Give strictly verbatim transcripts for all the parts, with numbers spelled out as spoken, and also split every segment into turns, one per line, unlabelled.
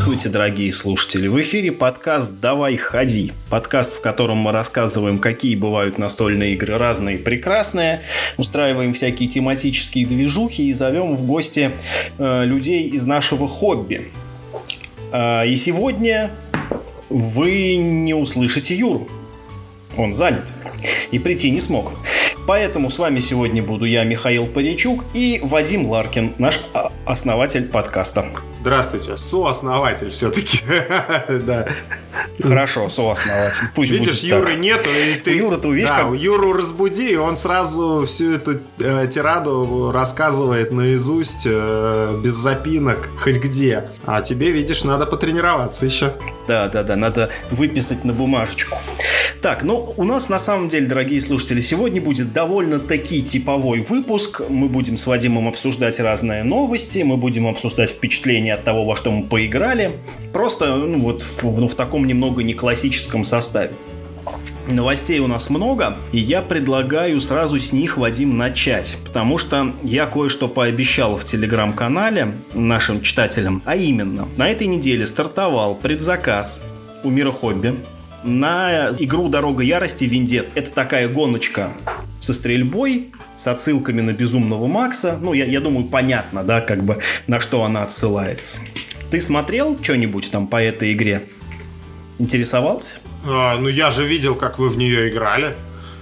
Здравствуйте, дорогие слушатели! В эфире подкаст «Давай, ходи». Подкаст, в котором мы рассказываем, какие бывают настольные игры разные и прекрасные, устраиваем всякие тематические движухи и зовем в гости э, людей из нашего хобби. Э, и сегодня вы не услышите Юру. Он занят и прийти не смог. Поэтому с вами сегодня буду я, Михаил Паричук, и Вадим Ларкин, наш основатель подкаста.
Здравствуйте, сооснователь все-таки. Да.
Хорошо, сооснователь. Пусть
видишь,
будет
Юры
так.
нету, и ты...
Юра-то увидишь,
да,
как...
Юру разбуди, и он сразу всю эту э, тираду рассказывает наизусть, э, без запинок, хоть где. А тебе, видишь, надо потренироваться еще.
Да-да-да, надо выписать на бумажечку. Так, ну, у нас на самом деле, дорогие слушатели, сегодня будет довольно-таки типовой выпуск. Мы будем с Вадимом обсуждать разные новости, мы будем обсуждать впечатления от того, во что мы поиграли. Просто, ну, вот в, ну, в таком немного не классическом составе. Новостей у нас много, и я предлагаю сразу с них, Вадим, начать. Потому что я кое-что пообещал в телеграм-канале нашим читателям. А именно, на этой неделе стартовал предзаказ у Мира Хобби на игру «Дорога ярости. Вендетта». Это такая гоночка со стрельбой, с отсылками на Безумного Макса. Ну, я, я думаю, понятно, да, как бы на что она отсылается. Ты смотрел что-нибудь там по этой игре? Интересовался?
А, ну, я же видел, как вы в нее играли.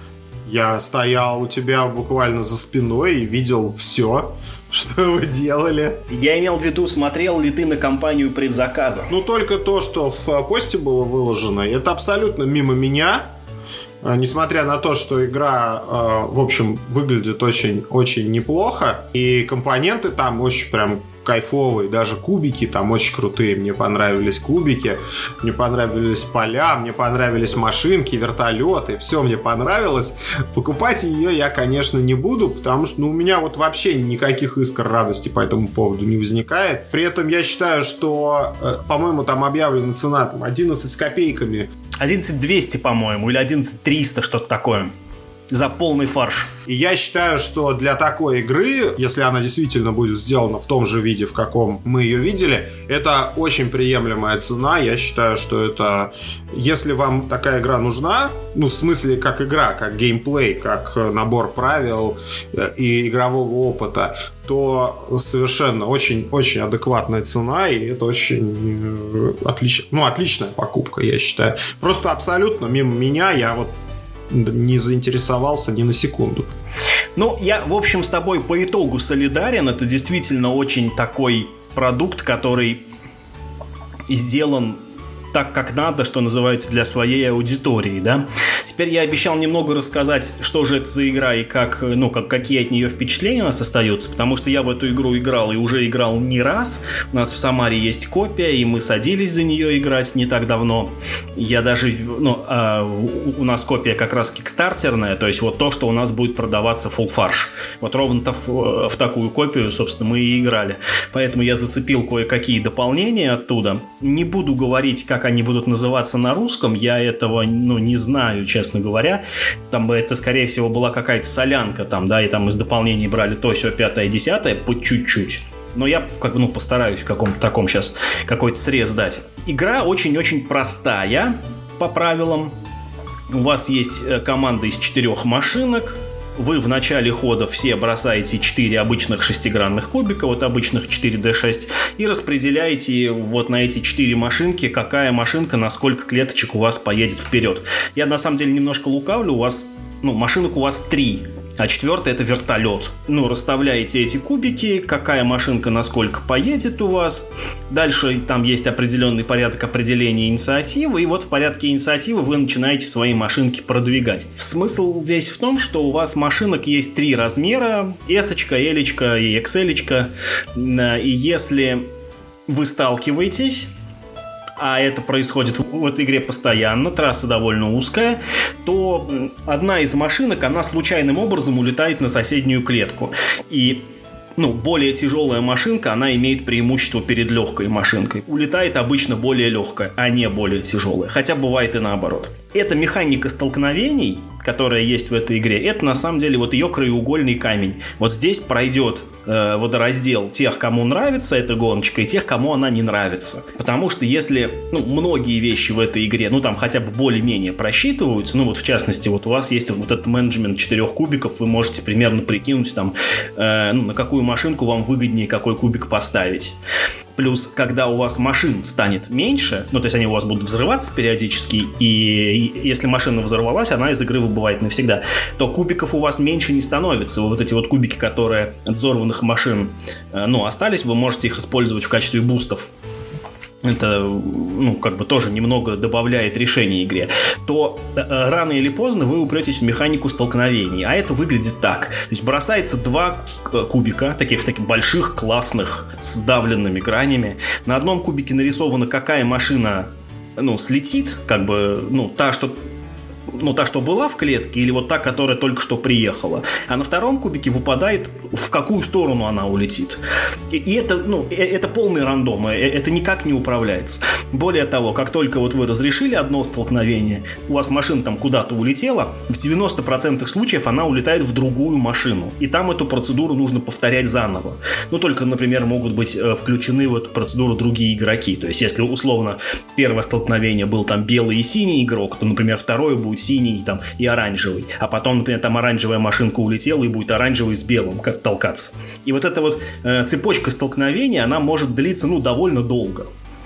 Я стоял у тебя буквально за спиной и видел все, что вы делали.
Я имел в виду, смотрел ли ты на кампанию предзаказа?
Ну, только то, что в посте было выложено, это абсолютно мимо меня. Несмотря на то, что игра, в общем, выглядит очень-очень неплохо, и компоненты там очень прям кайфовые, даже кубики там очень крутые. Мне понравились кубики, мне понравились поля, мне понравились машинки, вертолеты, все мне понравилось. Покупать ее я, конечно, не буду, потому что ну, у меня вот вообще никаких искр радости по этому поводу не возникает. При этом я считаю, что, по-моему, там объявлена цена там, одиннадцать с копейками.
одиннадцать двести, по-моему, или одиннадцать триста, что-то такое. За полный фарш.
И я считаю, что для такой игры, если она действительно будет сделана в том же виде, в каком мы ее видели, это очень приемлемая цена. Я считаю, что это... Если вам такая игра нужна, ну, в смысле, как игра, как геймплей, как набор правил и игрового опыта, то совершенно очень-очень адекватная цена, и это очень отлич... ну, отличная покупка, я считаю. Просто абсолютно мимо меня я вот не заинтересовался ни на секунду.
Ну, я, в общем, с тобой по итогу солидарен. Это действительно очень такой продукт, который сделан так, как надо, что называется, для своей аудитории, да. Теперь я обещал немного рассказать, что же это за игра и как, ну, как, какие от нее впечатления у нас остаются, потому что я в эту игру играл и уже играл не раз. У нас в Самаре есть копия, и мы садились за нее играть не так давно. Я даже, ну, а, у нас копия как раз кикстартерная, то есть вот то, что у нас будет продаваться full фарш. Вот ровно-то в, в такую копию, собственно, мы и играли. Поэтому я зацепил кое-какие дополнения оттуда. Не буду говорить, как они будут называться на русском, я этого, ну, не знаю, честно говоря. Там бы это, скорее всего, была какая-то солянка там, да, и там из дополнений брали то, сё, пятое, десятое, по чуть-чуть. Но я, как бы, ну, постараюсь в каком-то таком сейчас какой-то срез дать. Игра очень-очень простая по правилам. У вас есть команда из четырех машинок. Вы в начале хода все бросаете четыре обычных шестигранных кубика, вот обычных четыре дэ шесть, и распределяете вот на эти четыре машинки, какая машинка на сколько клеточек у вас поедет вперед. Я на самом деле немножко лукавлю, у вас, ну, машинок у вас три. А четвертый — это вертолет. Ну, расставляете эти кубики, какая машинка насколько поедет у вас. Дальше там есть определенный порядок определения инициативы. И вот в порядке инициативы вы начинаете свои машинки продвигать. Смысл весь в том, что у вас машинок есть три размера: эсочка, элечка и икс элечка. И если вы сталкиваетесь, а это происходит в этой игре постоянно, трасса довольно узкая, то одна из машинок, она случайным образом улетает на соседнюю клетку. И, ну, более тяжелая машинка, она имеет преимущество перед легкой машинкой. Улетает обычно более легкая, а не более тяжелая. Хотя бывает и наоборот. эта механика столкновений, которая есть в этой игре, это на самом деле вот ее краеугольный камень. Вот здесь пройдет э, водораздел тех, кому нравится эта гоночка, и тех, кому она не нравится. Потому что если, ну, многие вещи в этой игре, ну, там хотя бы более-менее просчитываются, ну, вот в частности, вот у вас есть вот этот менеджмент четырех кубиков, вы можете примерно прикинуть, там, э, ну, на какую машинку вам выгоднее какой кубик поставить. Плюс, когда у вас машин станет меньше, ну, то есть они у вас будут взрываться периодически, и если машина взорвалась, она из игры выбывает навсегда, то кубиков у вас меньше не становится. Вот эти вот кубики, которые от взорванных машин, ну, остались, вы можете их использовать в качестве бустов. Это, ну, как бы тоже немного добавляет решение игре. То э, рано или поздно вы упретесь в механику столкновений. А это выглядит так. То есть бросается два кубика, таких, таких больших, классных, с давленными гранями. На одном кубике нарисована, какая машина, ну, слетит, как бы, ну, та, что... ну, та, что была в клетке, или вот та, которая только что приехала. А на втором кубике выпадает, в какую сторону она улетит. И, и это, ну, это полный рандом, это никак не управляется. Более того, как только вот вы разрешили одно столкновение, у вас машина там куда-то улетела, в девяносто процентов случаев она улетает в другую машину. И там эту процедуру нужно повторять заново. Ну, только, например, могут быть включены в эту процедуру другие игроки. То есть, если, условно, первое столкновение был там белый и синий игрок, то, например, второе будет синий там, и оранжевый. А потом, например, там оранжевая машинка улетела, и будет оранжевый с белым как толкаться. И вот эта вот э, цепочка столкновений, она может длиться, ну, довольно долго.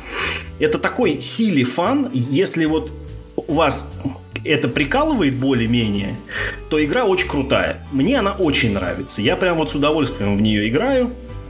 Это такой силе фан. Если вот у вас это прикалывает более-менее, то игра очень крутая. Мне она очень нравится. Я прям вот с удовольствием в нее играю.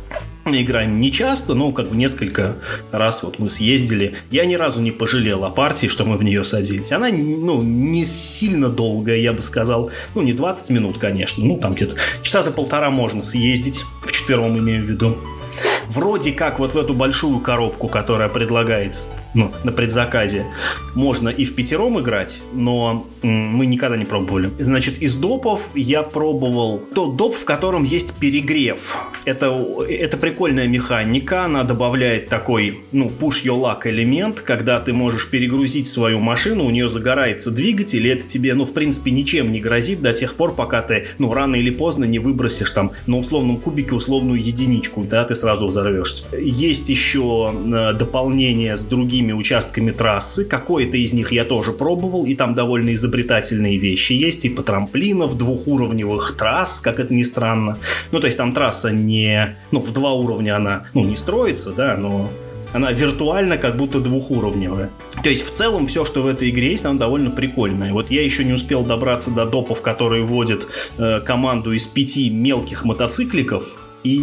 Играем не часто, но как бы несколько раз вот мы съездили. Я ни разу не пожалел о партии, что мы в нее садились. Она, ну, не сильно долгая, я бы сказал. Ну, не двадцать минут, конечно. Ну, там где-то часа за полтора можно съездить. Вчетвером имею в виду. Вроде как вот в эту большую коробку, которая предлагается, ну, на предзаказе, можно и в пятером играть, но м- мы никогда не пробовали. Значит, из допов я пробовал тот доп, в котором есть перегрев. Это, это прикольная механика, она добавляет такой, ну, push your luck элемент, когда ты можешь перегрузить свою машину, у нее загорается двигатель, и это тебе, ну, в принципе, ничем не грозит до тех пор, пока ты, ну, рано или поздно не выбросишь там на условном кубике условную единичку, да, ты сразу взорвешься. Есть еще э, дополнение с другими участками трассы. Какое-то из них я тоже пробовал, и там довольно изобретательные вещи есть, типа трамплинов, двухуровневых трасс, как это ни странно. Ну, то есть там трасса не... Ну, в два уровня она, ну, не строится, да, но... Она виртуально как будто двухуровневая. То есть в целом все, что в этой игре есть, она довольно прикольная. Вот я еще не успел добраться до допов, которые вводят э, команду из пяти мелких мотоцикликов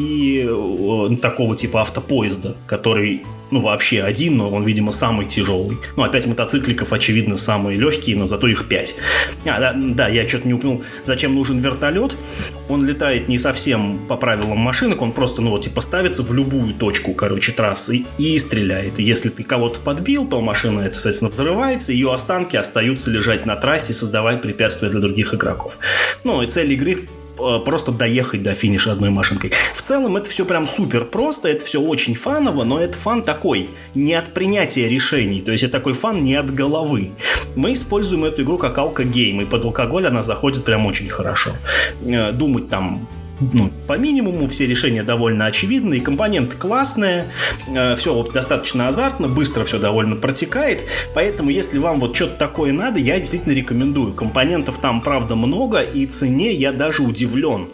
и э, такого типа автопоезда, который, ну, вообще один, но он, видимо, самый тяжелый. Ну, опять мотоцикликов, очевидно, самые легкие, но зато их пять. А, да, да, я что-то не упомянул, зачем нужен вертолет. Он летает не совсем по правилам машинок, он просто, ну, вот, типа, ставится в любую точку, короче, трассы и стреляет. И если ты кого-то подбил, то машина, это, соответственно, взрывается, ее останки остаются лежать на трассе, создавая препятствия для других игроков. Ну, и цель игры просто доехать до финиша одной машинкой. В целом это все прям супер просто, это все очень фаново, но это фан такой, не от принятия решений, то есть это такой фан не от головы. Мы используем эту игру как алкогейм, и под алкоголь она заходит прям очень хорошо. Думать там, ну, по минимуму, все решения довольно очевидны, и компоненты классные, э, все вот достаточно азартно, быстро все довольно протекает, поэтому если вам вот что-то такое надо, я действительно рекомендую. Компонентов там, правда, много, и цене я даже удивлен.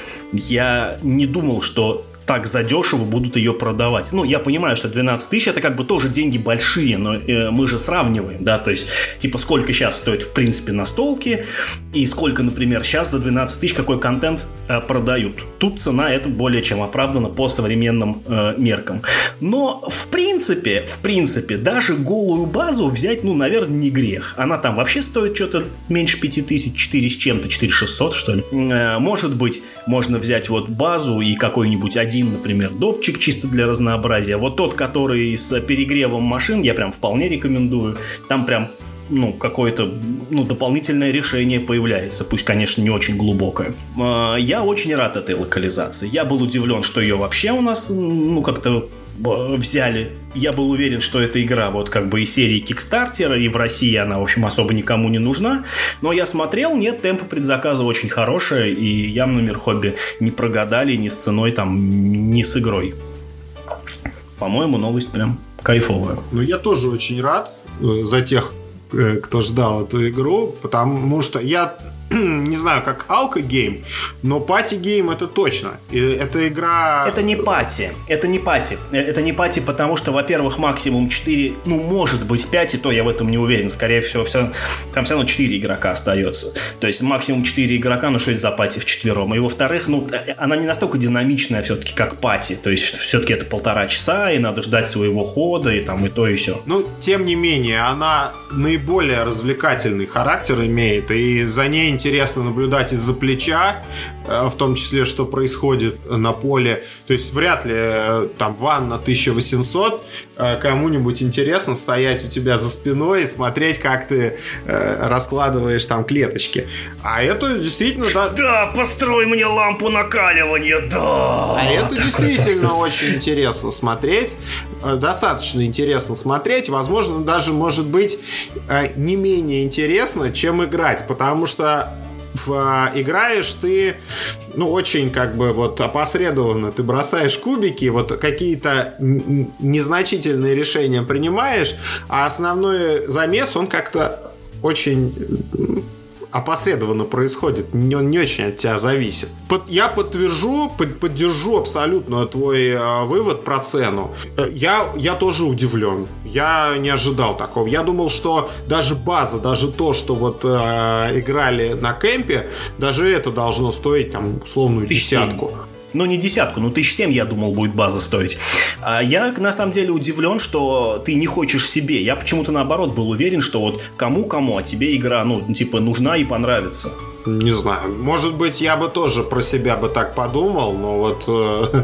Я не думал, что так задешево будут ее продавать. Ну, я понимаю, что двенадцать тысяч это как бы тоже деньги большие, но э, мы же сравниваем, да, то есть, типа, сколько сейчас стоит, в принципе, настолки, и сколько, например, сейчас за двенадцать тысяч какой контент э, продают. Тут цена это более чем оправдана по современным э, меркам. Но, в принципе, в принципе, даже голую базу взять, ну, наверное, не грех. Она там вообще стоит что-то меньше пяти тысяч, четыре с чем-то, четыре тысячи шестьсот, что ли. Э, может быть, можно взять вот базу и какой-нибудь один, например, допчик чисто для разнообразия. Вот тот, который с перегревом машин, я прям вполне рекомендую. Там прям, ну, какое-то, ну, дополнительное решение появляется, пусть, конечно, не очень глубокое. Я очень рад этой локализации. Я был удивлен, что ее вообще у нас, ну, как-то взяли. Я был уверен, что эта игра вот как бы из серии Кикстартера, и в России она, в общем, особо никому не нужна. Но я смотрел, нет, темпы предзаказа очень хорошие, и явно Мир Хобби не прогадали ни с ценой, там, ни с игрой. По-моему, новость прям кайфовая.
Ну, я тоже очень рад за тех, кто ждал эту игру, потому что я не знаю, как алко-гейм, но пати-гейм это точно. И эта игра...
Это не пати. Это не пати. Это не пати, потому что, во-первых, максимум четыре, ну, может быть пять, и то я в этом не уверен. Скорее всего, все, там все равно четыре игрока остается. То есть максимум четыре игрока, ну что это за пати вчетвером? И во-вторых, ну, она не настолько динамичная все-таки, как пати. То есть все-таки это полтора часа, и надо ждать своего хода, и там и то, и все.
Ну, тем не менее, она наиболее развлекательный характер имеет, и за ней интересно наблюдать из-за плеча, в том числе, что происходит на поле. То есть вряд ли там ванна тысяча восемьсот кому-нибудь интересно стоять у тебя за спиной и смотреть, как ты раскладываешь там клеточки. А это действительно... Да,
да построй мне лампу накаливания, да!
А это действительно очень интересно смотреть. Достаточно интересно смотреть. Возможно, даже может быть не менее интересно, чем играть, потому что в, играешь ты, ну, очень как бы вот опосредованно. Ты бросаешь кубики, вот какие-то незначительные решения принимаешь, а основной замес, он как-то очень опосредованно происходит, он не очень от тебя зависит. Я подтвержу, поддержу абсолютно твой э, вывод про цену. Я, я тоже удивлен. Я не ожидал такого. Я думал, что даже база, даже то, что вот э, играли на кемпе, даже это должно стоить там условную десятку.
Ну, не десятку, ну, тысяч семь, я думал, будет база стоить. А я, на самом деле, удивлен, что ты не хочешь себе. Я почему-то, наоборот, был уверен, что вот кому-кому, а тебе игра, ну, типа, нужна и понравится.
Не знаю. Может быть, я бы тоже про себя бы так подумал, но вот э,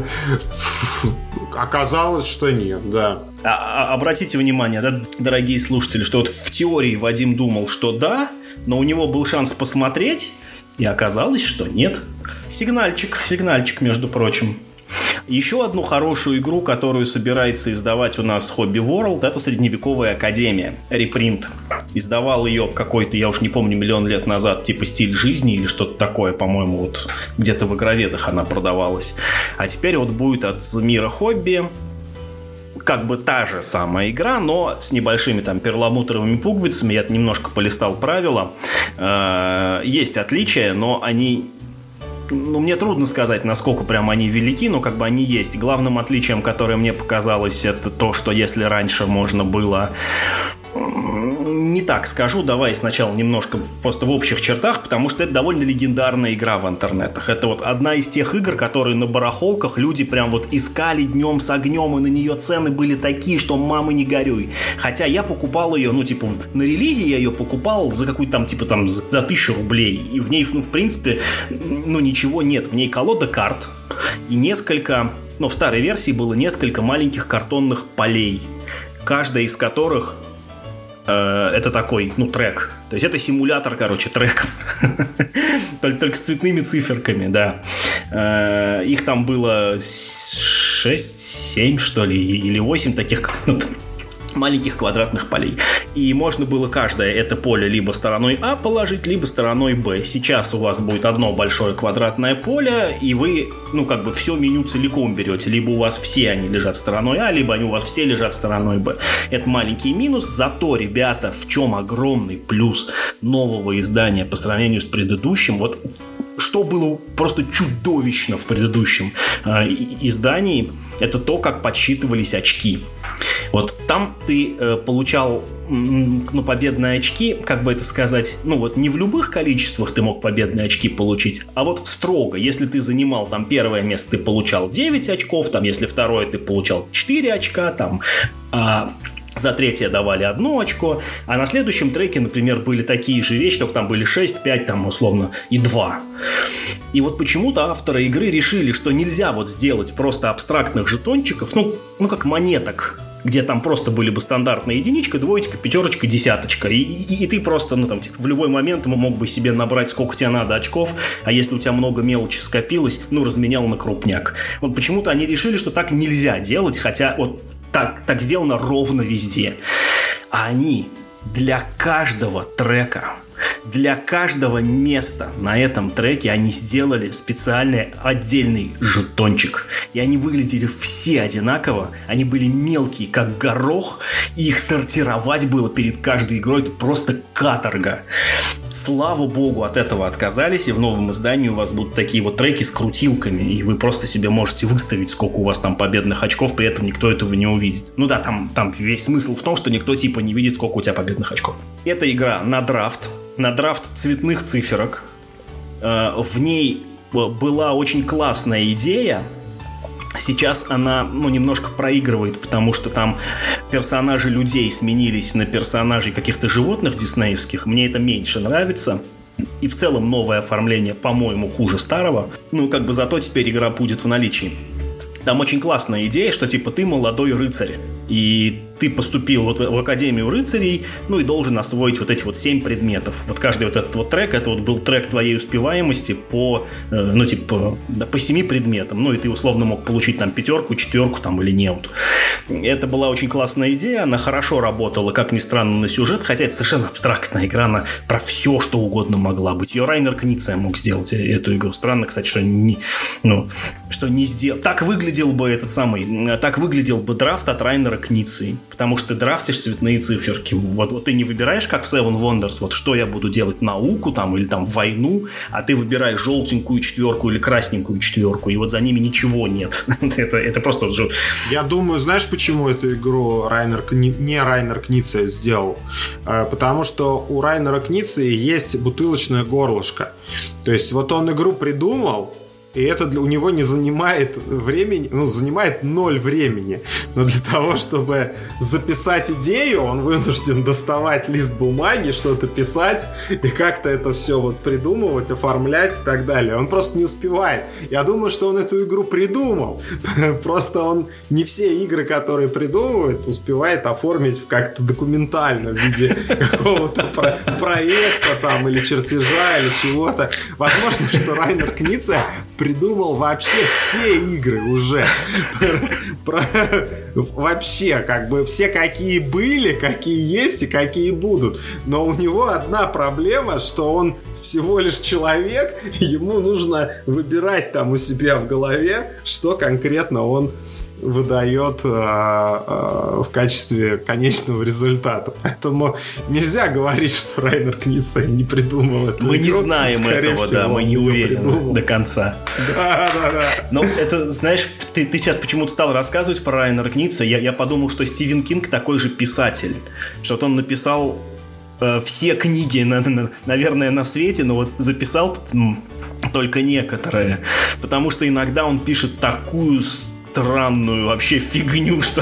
оказалось, что нет, да.
А, а, обратите внимание, да, дорогие слушатели, что вот в теории Вадим думал, что да, но у него был шанс посмотреть, и оказалось, что нет. Сигнальчик, сигнальчик, между прочим. Еще одну хорошую игру, которую собирается издавать у нас Hobby World, это Средневековая Академия. Репринт. Издавал ее какой-то, я уж не помню, миллион лет назад, типа «Стиль жизни» или что-то такое, по-моему, вот где-то в игроведах она продавалась. А теперь вот будет от мира Хобби. Как бы та же самая игра, но с небольшими там перламутровыми пуговицами. Я немножко полистал правила. Есть отличия, но они... Ну, мне трудно сказать, насколько прям они велики, но как бы они есть. Главным отличием, которое мне показалось, это то, что если раньше можно было... Не так скажу, давай сначала немножко просто в общих чертах, потому что это довольно легендарная игра в интернетах. Это вот одна из тех игр, которые на барахолках люди прям вот искали днем с огнем, и на нее цены были такие, что мамы не горюй. Хотя я покупал ее, ну типа на релизе я ее покупал за какую-то там типа там за тысячу рублей, и в ней, ну в принципе, ну ничего нет. В ней колода карт и несколько, ну в старой версии было несколько маленьких картонных полей, каждая из которых это такой, ну, трек. То есть это симулятор, короче, треков. Только с цветными циферками, да. Их там было шесть-семь, что ли, или восемь таких маленьких квадратных полей. И можно было каждое это поле либо стороной А положить, либо стороной Б. Сейчас у вас будет одно большое квадратное поле, и вы, ну, как бы все меню целиком берете. Либо у вас все они лежат стороной А, либо они у вас все лежат стороной Б. Это маленький минус. Зато, ребята, в чем огромный плюс нового издания по сравнению с предыдущим, вот что было просто чудовищно в предыдущем э, издании, это то, как подсчитывались очки. Вот там ты э, получал ну, победные очки, как бы это сказать, ну вот не в любых количествах ты мог победные очки получить, а вот строго. Если ты занимал там первое место, ты получал девять очков, там если второе, ты получал четыре очка, там... А... За третье давали одно очко, а на следующем треке, например, были такие же вещи, только там были шесть, пять, там, условно, и два. И вот почему-то авторы игры решили, что нельзя вот сделать просто абстрактных жетончиков, ну, ну как монеток, где там просто были бы стандартная единичка, двоечка, пятерочка, десяточка. И, и, и ты просто, ну там, типа, в любой момент мог бы себе набрать, сколько тебе надо очков, а если у тебя много мелочи скопилось, ну, разменял на крупняк. Вот почему-то они решили, что так нельзя делать, хотя вот так, так сделано ровно везде. А они для каждого трека, для каждого места на этом треке они сделали специальный отдельный жетончик. И они выглядели все одинаково. Они были мелкие, как горох. И их сортировать было перед каждой игрой. Это просто каторга. Слава богу, от этого отказались. И в новом издании у вас будут такие вот треки с крутилками. И вы просто себе можете выставить, сколько у вас там победных очков. При этом никто этого не увидит. Ну да, там, там весь смысл в том, что никто типа не видит, сколько у тебя победных очков. Эта игра на драфт. На драфт цветных циферок. В ней была очень классная идея. Сейчас она, ну, немножко проигрывает, потому что там персонажи людей сменились на персонажей каких-то животных диснеевских. Мне это меньше нравится. И в целом новое оформление, по-моему, хуже старого. Ну, как бы зато теперь игра будет в наличии. Там очень классная идея, что типа ты молодой рыцарь. И ты поступил вот в, в Академию рыцарей, ну и должен освоить вот эти вот семь предметов. Вот каждый вот этот вот трек, это вот был трек твоей успеваемости по, э, ну типа, да, по семи предметам. Ну и ты условно мог получить там пятерку, четверку там или неуд. Это была очень классная идея, она хорошо работала, как ни странно, на сюжет, хотя это совершенно абстрактная игра, она про все, что угодно могла быть. Ее Райнер Книция мог сделать, эту игру. Странно, кстати, что не, ну, что не сделал. Так выглядел бы этот самый, так выглядел бы драфт от Райнера Книции. Потому что ты драфтишь цветные циферки. Вот, вот ты не выбираешь, как в Seven Wonders, вот что я буду делать, науку там или там войну, а ты выбираешь желтенькую четверку или красненькую четверку, и вот за ними ничего нет. это, это просто...
Я думаю, знаешь, почему эту игру Райнер, не Райнер Книция сделал? Потому что у Райнера Книции есть бутылочное горлышко. То есть вот он игру придумал, и это для, у него не занимает времени, ну, занимает ноль времени. Но для того, чтобы записать идею, он вынужден доставать лист бумаги, что-то писать и как-то это все вот придумывать, оформлять и так далее. Он просто не успевает. Я думаю, что он эту игру придумал. Просто он не все игры, которые придумывает, успевает оформить в как-то документально в виде какого-то про- проекта там или чертежа или чего-то. Возможно, что Райнер Книция придумал вообще все игры уже. Про, вообще, как бы все, какие были, какие есть и какие будут. Но у него одна проблема, что он всего лишь человек, ему нужно выбирать там у себя в голове, что конкретно он выдает э, э, в качестве конечного результата. Поэтому нельзя говорить, что Райнер Книция не придумал это.
Мы игру. Не знаем Скорее этого, всего, да, мы не уверены придумал. До конца.
Да, да, да.
Но это, знаешь, ты, ты сейчас почему-то стал рассказывать про Райнера Книция. Я, я подумал, что Стивен Кинг такой же писатель. Что вот он написал э, все книги, на, на, наверное, на свете, но вот записал м, только некоторые. Потому что иногда он пишет такую странную вообще фигню, что...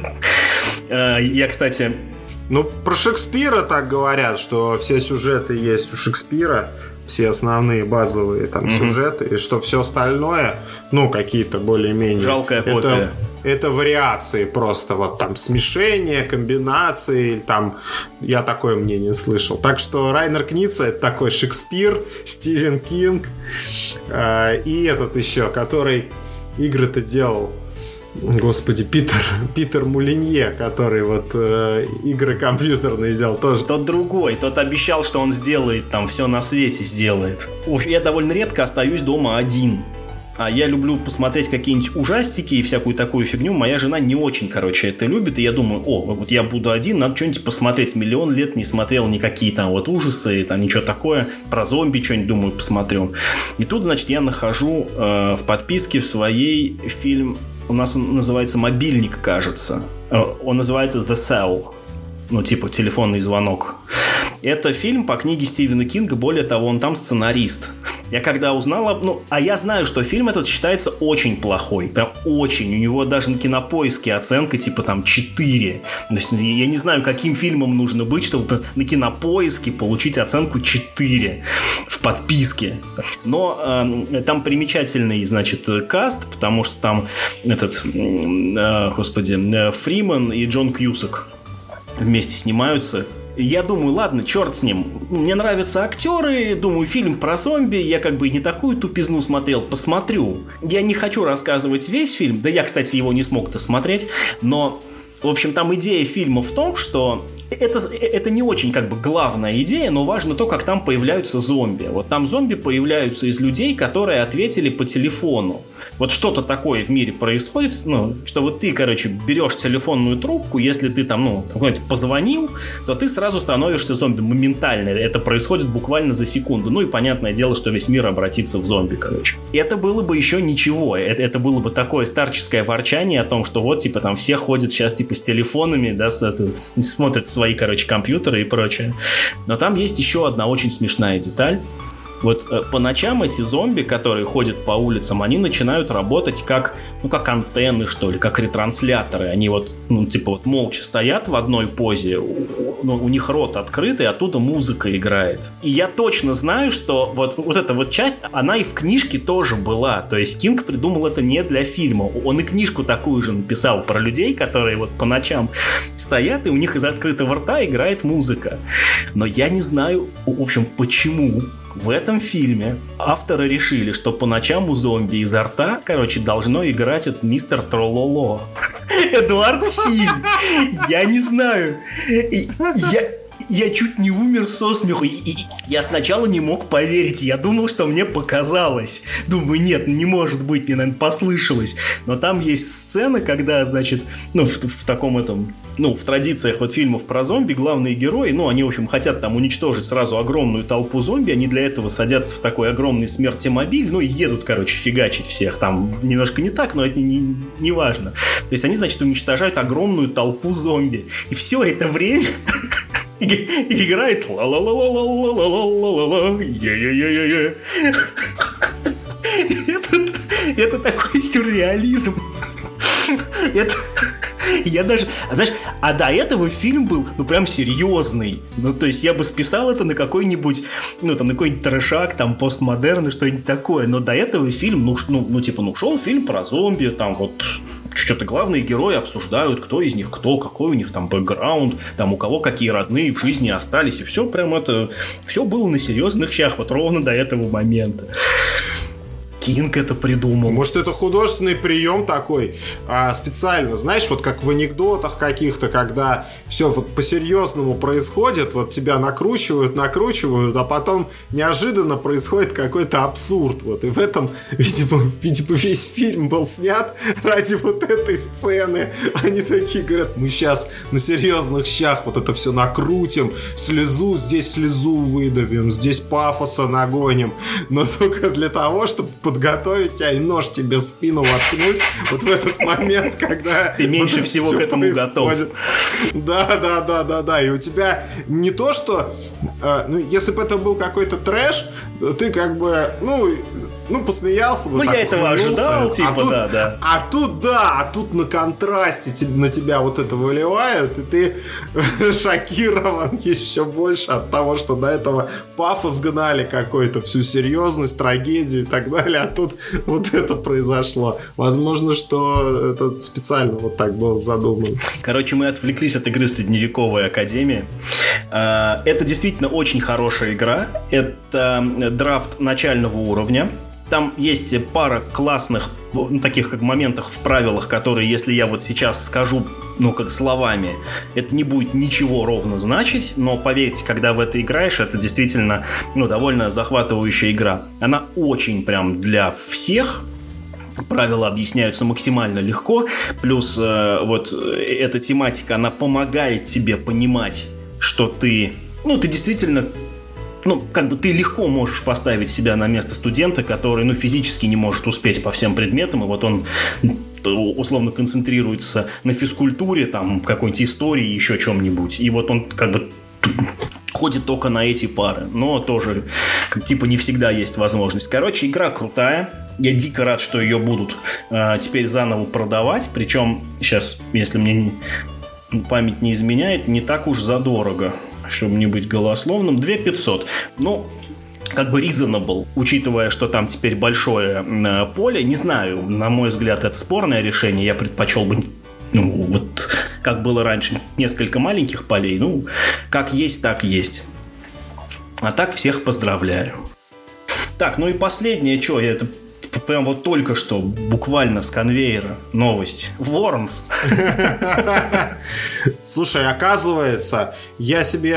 Я, кстати...
Ну, про Шекспира так говорят, что все сюжеты есть у Шекспира, все основные базовые там mm-hmm. сюжеты, и что все остальное, ну, какие-то более-менее...
Жалкая копия.
Это, это вариации просто, вот там смешения, комбинации, там, я такое мнение слышал. Так что Райнер Книция — это такой Шекспир, Стивен Кинг, э, и этот еще, который... Игры-то делал, господи, Питер, Питер Мулинье, который вот э, игры компьютерные делал тоже.
Тот другой, тот обещал, что он сделает там, все на свете сделает. Ух, я довольно редко остаюсь дома один. А я люблю посмотреть какие-нибудь ужастики и всякую такую фигню. Моя жена не очень, короче, это любит. И я думаю, о, вот я буду один, надо что-нибудь посмотреть. Миллион лет не смотрел никакие там вот ужасы, там ничего такое. Про зомби что-нибудь, думаю, посмотрю. И тут, значит, я нахожу э, в подписке в своей фильм, у нас он называется «Мобильник», кажется. Он называется «The Cell». Ну, типа телефонный звонок. Это фильм по книге Стивена Кинга. Более того, он там сценарист. Я когда узнал, ну, а я знаю, что фильм этот считается очень плохой, прям очень. У него даже на Кинопоиске оценка типа там четыре. То есть я не знаю, каким фильмом нужно быть, чтобы на Кинопоиске получить оценку четыре в подписке. Но э, там примечательный, значит, каст, потому что там этот, э, господи, э, Фриман и Джон Кьюсак вместе снимаются. Я думаю, ладно, черт с ним. Мне нравятся актеры, думаю, фильм про зомби, я как бы и не такую тупизну смотрел, посмотрю. Я не хочу рассказывать весь фильм, да я, кстати, его не смог досмотреть, но, в общем, там идея фильма в том, что это, это не очень как бы главная идея, но важно то, как там появляются зомби. Вот там зомби появляются из людей, которые ответили по телефону. Вот что-то такое в мире происходит, ну, что вот ты, короче, берешь телефонную трубку, если ты там, ну, какой-нибудь позвонил, то ты сразу становишься зомби моментально. Это происходит буквально за секунду. Ну и понятное дело, что весь мир обратится в зомби, короче. И это было бы еще ничего. Это, это было бы такое старческое ворчание о том, что вот, типа, там все ходят сейчас, типа, с телефонами, да, с, смотрят свои, короче, компьютеры и прочее. Но там есть еще одна очень смешная деталь. Вот э, по ночам эти зомби, которые ходят по улицам, они начинают работать как, ну, как антенны, что ли, как ретрансляторы. Они вот, ну, типа, вот молча стоят в одной позе, у, ну, у них рот открыт, и оттуда музыка играет. И я точно знаю, что вот, вот эта вот часть, она и в книжке тоже была. То есть Кинг придумал это не для фильма. Он и книжку такую же написал про людей, которые вот по ночам стоят, и у них из открытого рта играет музыка. Но я не знаю, в общем, почему в этом фильме авторы решили, что по ночам у зомби изо рта, короче, должно играть этот мистер Трололо. Эдуард Фильм. Я не знаю. Я... Я чуть не умер со смеху. И, и, я сначала не мог поверить. Я думал, что мне показалось. Думаю, нет, не может быть, мне, наверное, послышалось. Но там есть сцена, когда, значит, ну, в, в таком этом, ну, в традициях вот фильмов про зомби главные герои, ну, они, в общем, хотят там уничтожить сразу огромную толпу зомби. Они для этого садятся в такой огромный смертемобиль, ну, и едут, короче, фигачить всех. Там немножко не так, но это не, не важно. То есть они, значит, уничтожают огромную толпу зомби. И все это время... И играет ла-ла-ла-ла-ла-ла-ла-ла-ла-ла, е-е-е-е-е. Это такой сюрреализм. Это... Я даже... Знаешь, а до этого фильм был, ну, прям серьезный. Ну, то есть я бы списал это на какой-нибудь, ну, там, на какой-нибудь трэшак, там, постмодерн и что-нибудь такое. Но до этого фильм, ну, ну, ну, типа, ну, шел фильм про зомби, там, вот... Что-то главные герои обсуждают, кто из них кто, какой у них там бэкграунд, там у кого какие родные в жизни остались. И все прям это... Все было на серьезных щах, вот ровно до этого момента. Кинг это придумал.
Может, это художественный прием такой а, специально, знаешь, вот как в анекдотах каких-то, когда все вот по-серьезному происходит, вот тебя накручивают, накручивают, а потом неожиданно происходит какой-то абсурд. Вот. И в этом, видимо, видимо, весь фильм был снят ради вот этой сцены. Они такие говорят, мы сейчас на серьезных щах вот это все накрутим, слезу, здесь слезу выдавим, здесь пафоса нагоним, но только для того, чтобы подготовить тебя и нож тебе в спину воткнуть вот в этот момент, когда
ты меньше вот всего к этому происходит. Готов.
Да, да, да, да, да. И у тебя не то, что э, ну, если бы это был какой-то трэш, то ты как бы, ну, ну, посмеялся бы.
Ну, я этого ожидал, типа,
а тут,
да, да.
А тут, да, а тут на контрасте на тебя вот это выливают, и ты шокирован еще больше от того, что до этого пафос гнали какой-то, всю серьезность, трагедию и так далее, а тут вот это произошло. Возможно, что это специально вот так было задумано.
Короче, мы отвлеклись от игры «Средневековая академия». Это действительно очень хорошая игра. Это драфт начального уровня. Там есть пара классных, ну, таких как моментах в правилах, которые, если я вот сейчас скажу, ну, как словами, это не будет ничего ровно значить, но поверьте, когда в это играешь, это действительно, ну, довольно захватывающая игра. Она очень прям для всех. Правила объясняются максимально легко, плюс э, вот эта тематика, она помогает тебе понимать, что ты, ну, ты действительно, ну, как бы ты легко можешь поставить себя на место студента, который, ну, физически не может успеть по всем предметам, и вот он условно концентрируется на физкультуре, там, какой-нибудь истории, еще чем-нибудь, и вот он как бы ходит только на эти пары. Но тоже, как, типа, не всегда есть возможность. Короче, игра крутая. Я дико рад, что ее будут э, теперь заново продавать. Причем, сейчас, если мне не, память не изменяет, не так уж задорого, чтобы не быть голословным. две тысячи пятьсот. Ну, как бы reasonable, учитывая, что там теперь большое э, поле. Не знаю, на мой взгляд, это спорное решение. Я предпочел бы, ну, вот как было раньше, несколько маленьких полей. Ну, как есть, так есть. А так всех поздравляю. Так, ну и последнее, что я это... Прям вот только что, буквально с конвейера, новость. Worms.
Слушай, оказывается, я себе...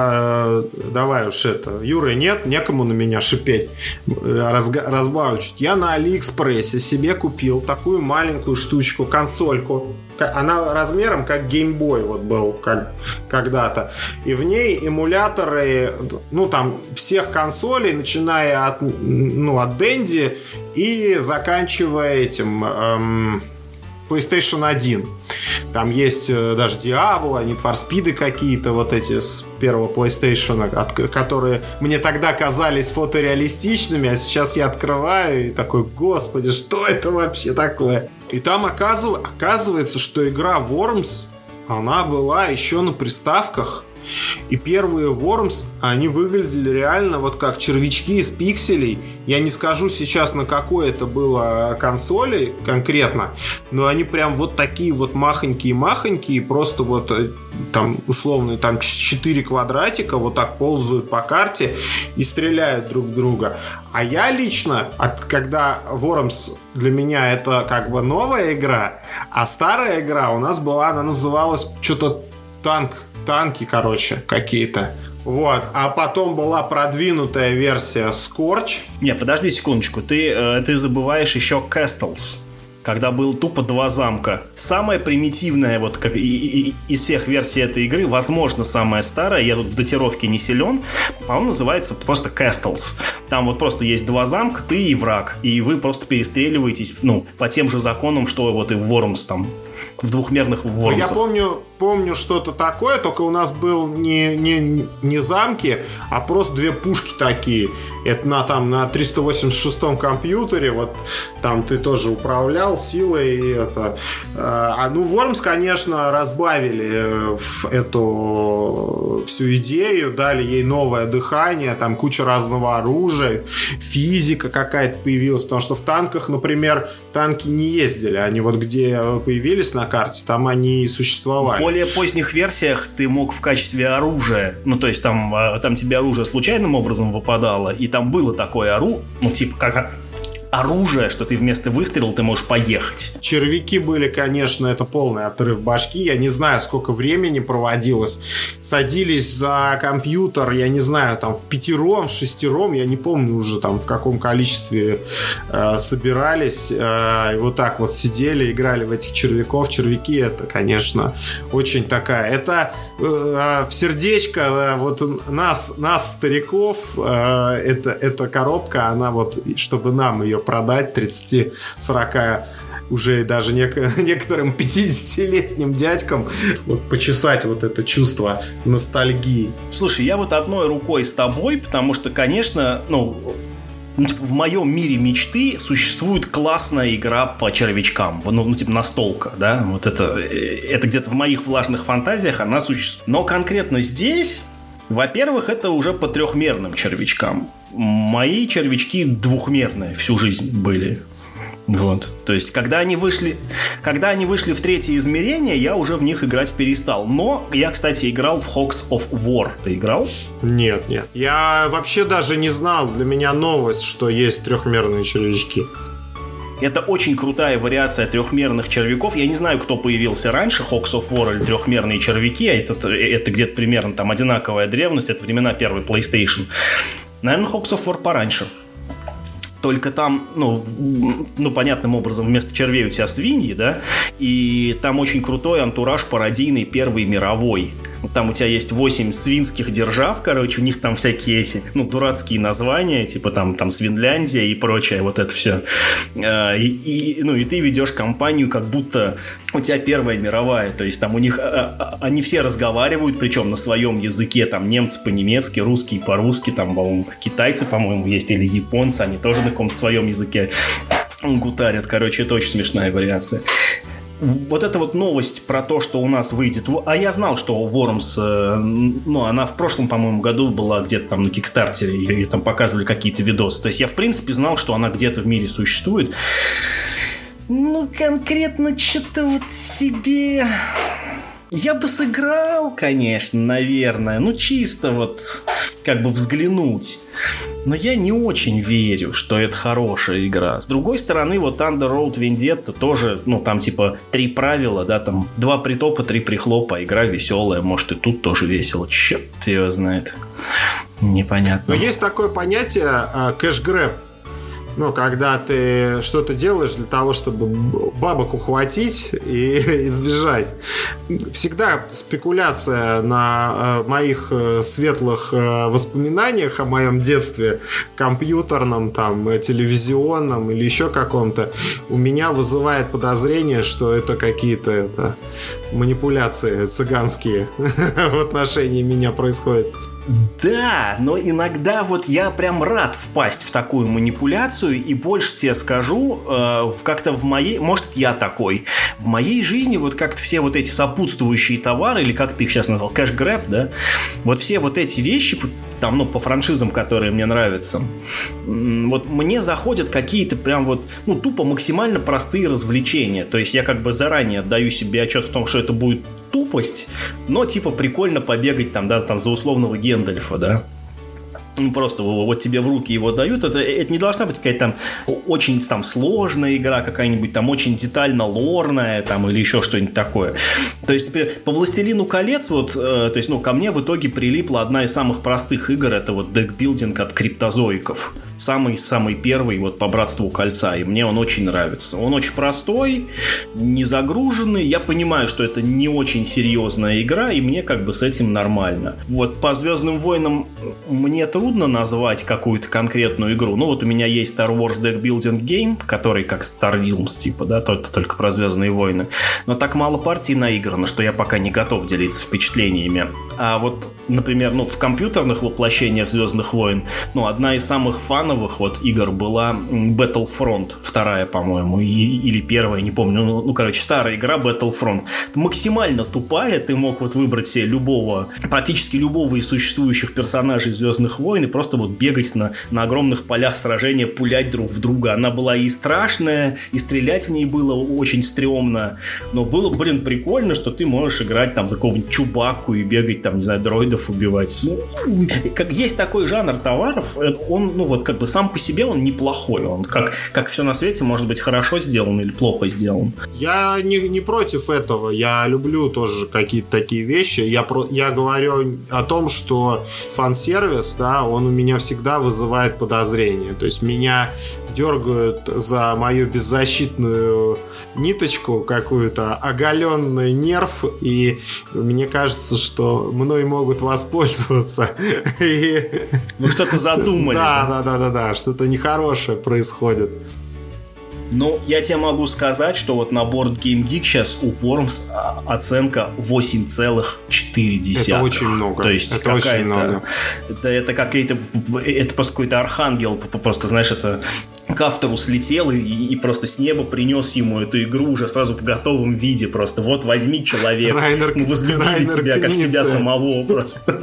Э, давай уж это... Юры нет, некому на меня шипеть. Разга, разбавлю чуть. Я на Алиэкспрессе себе купил такую маленькую штучку, консольку. Она размером как геймбой вот был как, когда-то. И в ней эмуляторы, ну там, всех консолей, начиная от, ну, от Dendy и заканчивая этим эм, PlayStation один. Там есть даже Diablo, Need for Speed какие-то вот эти с первого PlayStation, которые мне тогда казались фотореалистичными, а сейчас я открываю и такой, господи, что это вообще такое? И там оказыв... оказывается, что игра Worms, она была еще на приставках. И первые Worms, они выглядели реально вот как червячки из пикселей. Я не скажу сейчас, на какой это было консоли конкретно, но они прям вот такие вот махонькие-махонькие, просто вот там условно там четыре квадратика вот так ползают по карте и стреляют друг в друга. А я лично, от, когда Worms для меня это как бы новая игра, а старая игра у нас была, она называлась что-то танк танки, короче, какие-то. Вот. А потом была продвинутая версия Scorch.
Не, подожди секундочку. Ты, э, ты забываешь еще Castles, когда был тупо два замка. Самая примитивная вот как и, и, и, из всех версий этой игры, возможно, самая старая, я тут в датировке не силен, по-моему, называется просто Castles. Там вот просто есть два замка, ты и враг, и вы просто перестреливаетесь, ну, по тем же законам, что вот и в Worms там, в двухмерных Worms'ах.
Я помню, помню что-то такое, только у нас был не, не, не замки, а просто две пушки такие. Это на, там, на триста восемьдесят шестом компьютере, вот там ты тоже управлял силой и это. А, ну, Worms, конечно, разбавили в эту всю идею, дали ей новое дыхание, там куча разного оружия, физика какая-то появилась, потому что в танках, например, танки не ездили, они вот где появились на карте, там они и существовали.
В более поздних версиях ты мог в качестве оружия, ну то есть там, там тебе оружие случайным образом выпадало, и там было такое оружие, ну типа как оружие, что ты вместо выстрела ты можешь поехать.
Червяки были, конечно, это полный отрыв башки. Я не знаю, сколько времени проводилось. Садились за компьютер, я не знаю, там в пятером, в шестером, я не помню уже там в каком количестве э, собирались. Э, и вот так вот сидели, играли в этих червяков. Червяки это, конечно, очень такая. Это э, в сердечко э, вот нас, нас стариков, э, это, эта коробка, она вот, чтобы нам ее продать тридцати-сорока уже даже нек- некоторым пятидесятилетним дядькам вот, почесать вот это чувство ностальгии.
Слушай, я вот одной рукой с тобой, потому что, конечно, ну, в моем мире мечты существует классная игра по червячкам, ну, ну типа настолка, да, вот это, это где-то в моих влажных фантазиях она существует. Но конкретно здесь, во-первых, это уже по трехмерным червячкам. Мои червячки двухмерные всю жизнь были. Вот. То есть, когда они вышли, когда они вышли в третье измерение, я уже в них играть перестал. Но я, кстати, играл в Hogs of War. Ты играл?
Нет, нет. Я вообще даже не знал. Для меня новость, что есть трехмерные червячки.
Это очень крутая вариация трехмерных червяков. Я не знаю, кто появился раньше, Hogs of War или трехмерные червяки. Это, это где-то примерно там одинаковая древность. Это времена первой PlayStation. Наверное, Hogs of War пораньше. Только там, ну, ну, понятным образом, вместо червей у тебя свиньи, да, и там очень крутой антураж пародийный Первой мировой. там у тебя есть восемь свинских держав, короче, у них там всякие эти, ну, дурацкие названия, типа там, там Свинляндия и прочее, вот это все. И, и, ну, и ты ведешь компанию, как будто у тебя Первая мировая, то есть там у них, они все разговаривают, причем на своем языке, там немцы по-немецки, русские по-русски, там, по-моему, китайцы, по-моему, есть, или японцы, они тоже на каком-то своем языке гутарят, короче, это очень смешная вариация. Вот эта вот новость про то, что у нас выйдет... А я знал, что Worms, ну, она в прошлом, по-моему, году была где-то там на Кикстартере, и там показывали какие-то видосы. То есть я, в принципе, знал, что она где-то в мире существует. Ну, конкретно что-то вот себе... Я бы сыграл, конечно, наверное. Ну, чисто вот как бы взглянуть. Но я не очень верю, что это хорошая игра. С другой стороны, вот Thunder Road Vendetta тоже, ну, там типа три правила, да, там два притопа, три прихлопа, игра веселая, может и тут тоже весело. Черт его знает. Непонятно.
Но есть такое понятие кэш-грэб. Ну, когда ты что-то делаешь для того, чтобы бабок ухватить и избежать. Всегда спекуляция на моих светлых воспоминаниях о моем детстве, компьютерном, там, телевизионном или еще каком-то, у меня вызывает подозрение, что это какие-то это, манипуляции цыганские в отношении меня происходят.
Да, но иногда вот я прям рад впасть в такую манипуляцию, и больше тебе скажу, э, как-то в моей, может, я такой, в моей жизни вот как-то все вот эти сопутствующие товары, или как ты их сейчас назвал, кэш-грэб, да, вот все вот эти вещи, там, ну, по франшизам, которые мне нравятся, вот мне заходят какие-то прям вот, ну, тупо максимально простые развлечения, то есть я как бы заранее отдаю себе отчет в том, что это будет тупость, но типа прикольно побегать там, да, там за условного Гендальфа, да. Ну, просто вот тебе в руки его дают. Это, это не должна быть какая-то там очень там сложная игра, какая-нибудь там очень детально лорная там или еще что-нибудь такое. То есть, например, по «Властелину колец» вот, э, то есть, ну, ко мне в итоге прилипла одна из самых простых игр, это вот декбилдинг от криптозоиков. Самый-самый первый вот по «Братству кольца», и мне он очень нравится. Он очень простой, не загруженный. Я понимаю, что это не очень серьезная игра, и мне как бы с этим нормально. Вот по «Звездным войнам» мне трудно назвать какую-то конкретную игру. Ну вот у меня есть Star Wars Deck Building Game, который как Star Realms типа, да, только, только про «Звездные войны». Но так мало партий наиграно, что я пока не готов делиться впечатлениями. А вот, например, ну, в компьютерных воплощениях «Звездных войн», ну, одна из самых фановых вот игр была Battlefront, вторая, по-моему, и, или первая, не помню. Ну, ну, короче, старая игра Battlefront. Максимально тупая, ты мог вот выбрать себе любого, практически любого из существующих персонажей «Звездных войн» и просто вот бегать на, на огромных полях сражения, пулять друг в друга. Она была и страшная, и стрелять в ней было очень стрёмно, но было, блин, прикольно, что ты можешь играть там за какого-нибудь Чубакку и бегать там, не знаю, дроидов убивать. Как есть такой жанр товаров, он, ну вот, как бы сам по себе он неплохой. Он, как, как все на свете, может быть хорошо сделан или плохо сделан.
Я не, не против этого. Я люблю тоже какие-то такие вещи. Я, про, я говорю о том, что фан-сервис, да, он у меня всегда вызывает подозрения. То есть меня дергают за мою беззащитную ниточку какую-то, оголенный нерв, и мне кажется, что мной могут воспользоваться.
Вы что-то задумали.
Да, да, да, да, да, что-то нехорошее происходит.
Ну, я тебе могу сказать, что вот на Board Game Geek сейчас у Worms оценка восемь целых четыре десятых.
Это очень много.
То есть
это очень много.
Это, это какие-то... Это просто какой-то архангел. Просто, знаешь, это... к автору слетел и, и просто с неба принес ему эту игру уже сразу в готовом виде. Просто вот возьми человек.
Райнер,
мы возлюбили
Райнер
тебя, как
Книце.
себя самого просто.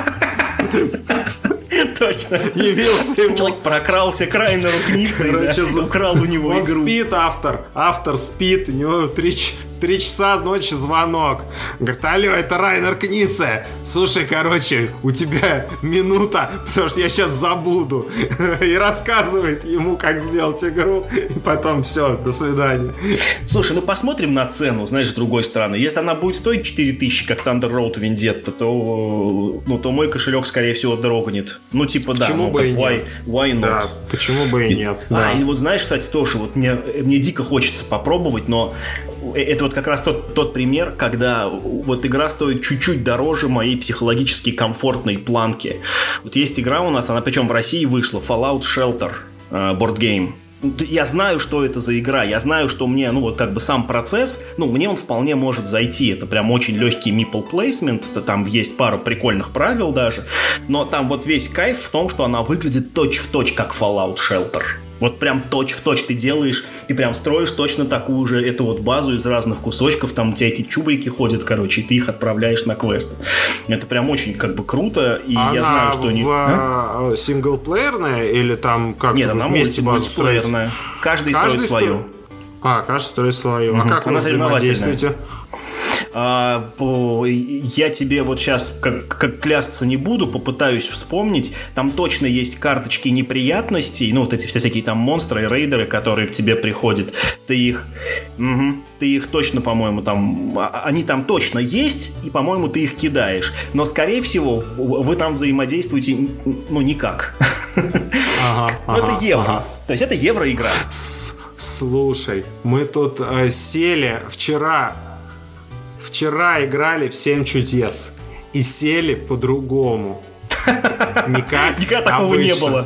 Точно.
Явился ему.
Человек прокрался к Райнеру Книце и украл у него
он
игру.
Он спит, автор. Автор спит. У него три, три часа ночи звонок. Говорит, алло, это Райнер Книце. Слушай, короче, у тебя минута, потому что я сейчас забуду. И рассказывает ему, как сделать игру. И потом все, до свидания.
Слушай, ну посмотрим на цену, знаешь, с другой стороны. Если она будет стоить четыре тысячи, как Thunder Road Vendetta, то, ну, то мой кошелек, скорее всего, дрогнет. Ну, типа, да,
почему
ну,
бы и
why,
нет?
Why not?
Да, почему бы и нет?
А,
да.
и вот знаешь, кстати, тоже, вот мне, мне дико хочется попробовать, но это вот как раз тот, тот пример, когда вот игра стоит чуть-чуть дороже моей психологически комфортной планки. Вот есть игра у нас, она причем в России вышла, Fallout Shelter, board game. Я знаю, что это за игра, я знаю, что мне, ну вот как бы сам процесс, ну мне он вполне может зайти, это прям очень легкий meeple placement, там есть пару прикольных правил даже, но там вот весь кайф в том, что она выглядит точь-в-точь как Fallout Shelter. Вот прям точь-в-точь ты делаешь, ты прям строишь точно такую же эту вот базу из разных кусочков, там у тебя эти чубрики ходят, короче, и ты их отправляешь на квесты. Это прям очень как бы круто, и
она
я знаю, что они...
Она в синглплеерная или там как-то
Нет, она
вместе базу строить?
Каждый, каждый строит свою.
Стро... А, каждый строит свою.
Угу.
А как
она
вы взаимодействуете?
А, я тебе вот сейчас как, как клясться не буду, попытаюсь вспомнить. Там точно есть карточки неприятностей, ну вот эти все всякие там монстры и рейдеры, которые к тебе приходят. Ты их, угу, ты их точно, по-моему, там, они там точно есть, и, по-моему, ты их кидаешь. Но, скорее всего, вы там взаимодействуете, ну, никак.
Ага,
ну, это евро. Ага. То есть это евроигра.
Слушай, мы тут э, сели вчера... Вчера играли в «Семь чудес» и сели по-другому. Никак
Никогда такого не было.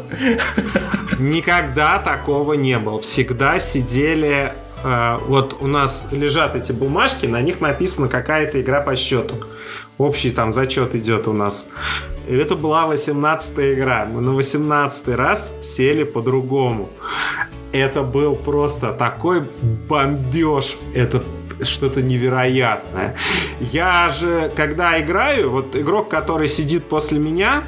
Никогда такого не было. Всегда сидели... Э, вот у нас лежат эти бумажки, на них написано какая-то игра по счету. Общий там зачет идет у нас. И это была восемнадцатая игра. Мы на восемнадцатый раз сели по-другому. Это был просто такой бомбеж. Это что-то невероятное. Я же, когда играю, вот игрок, который сидит после меня,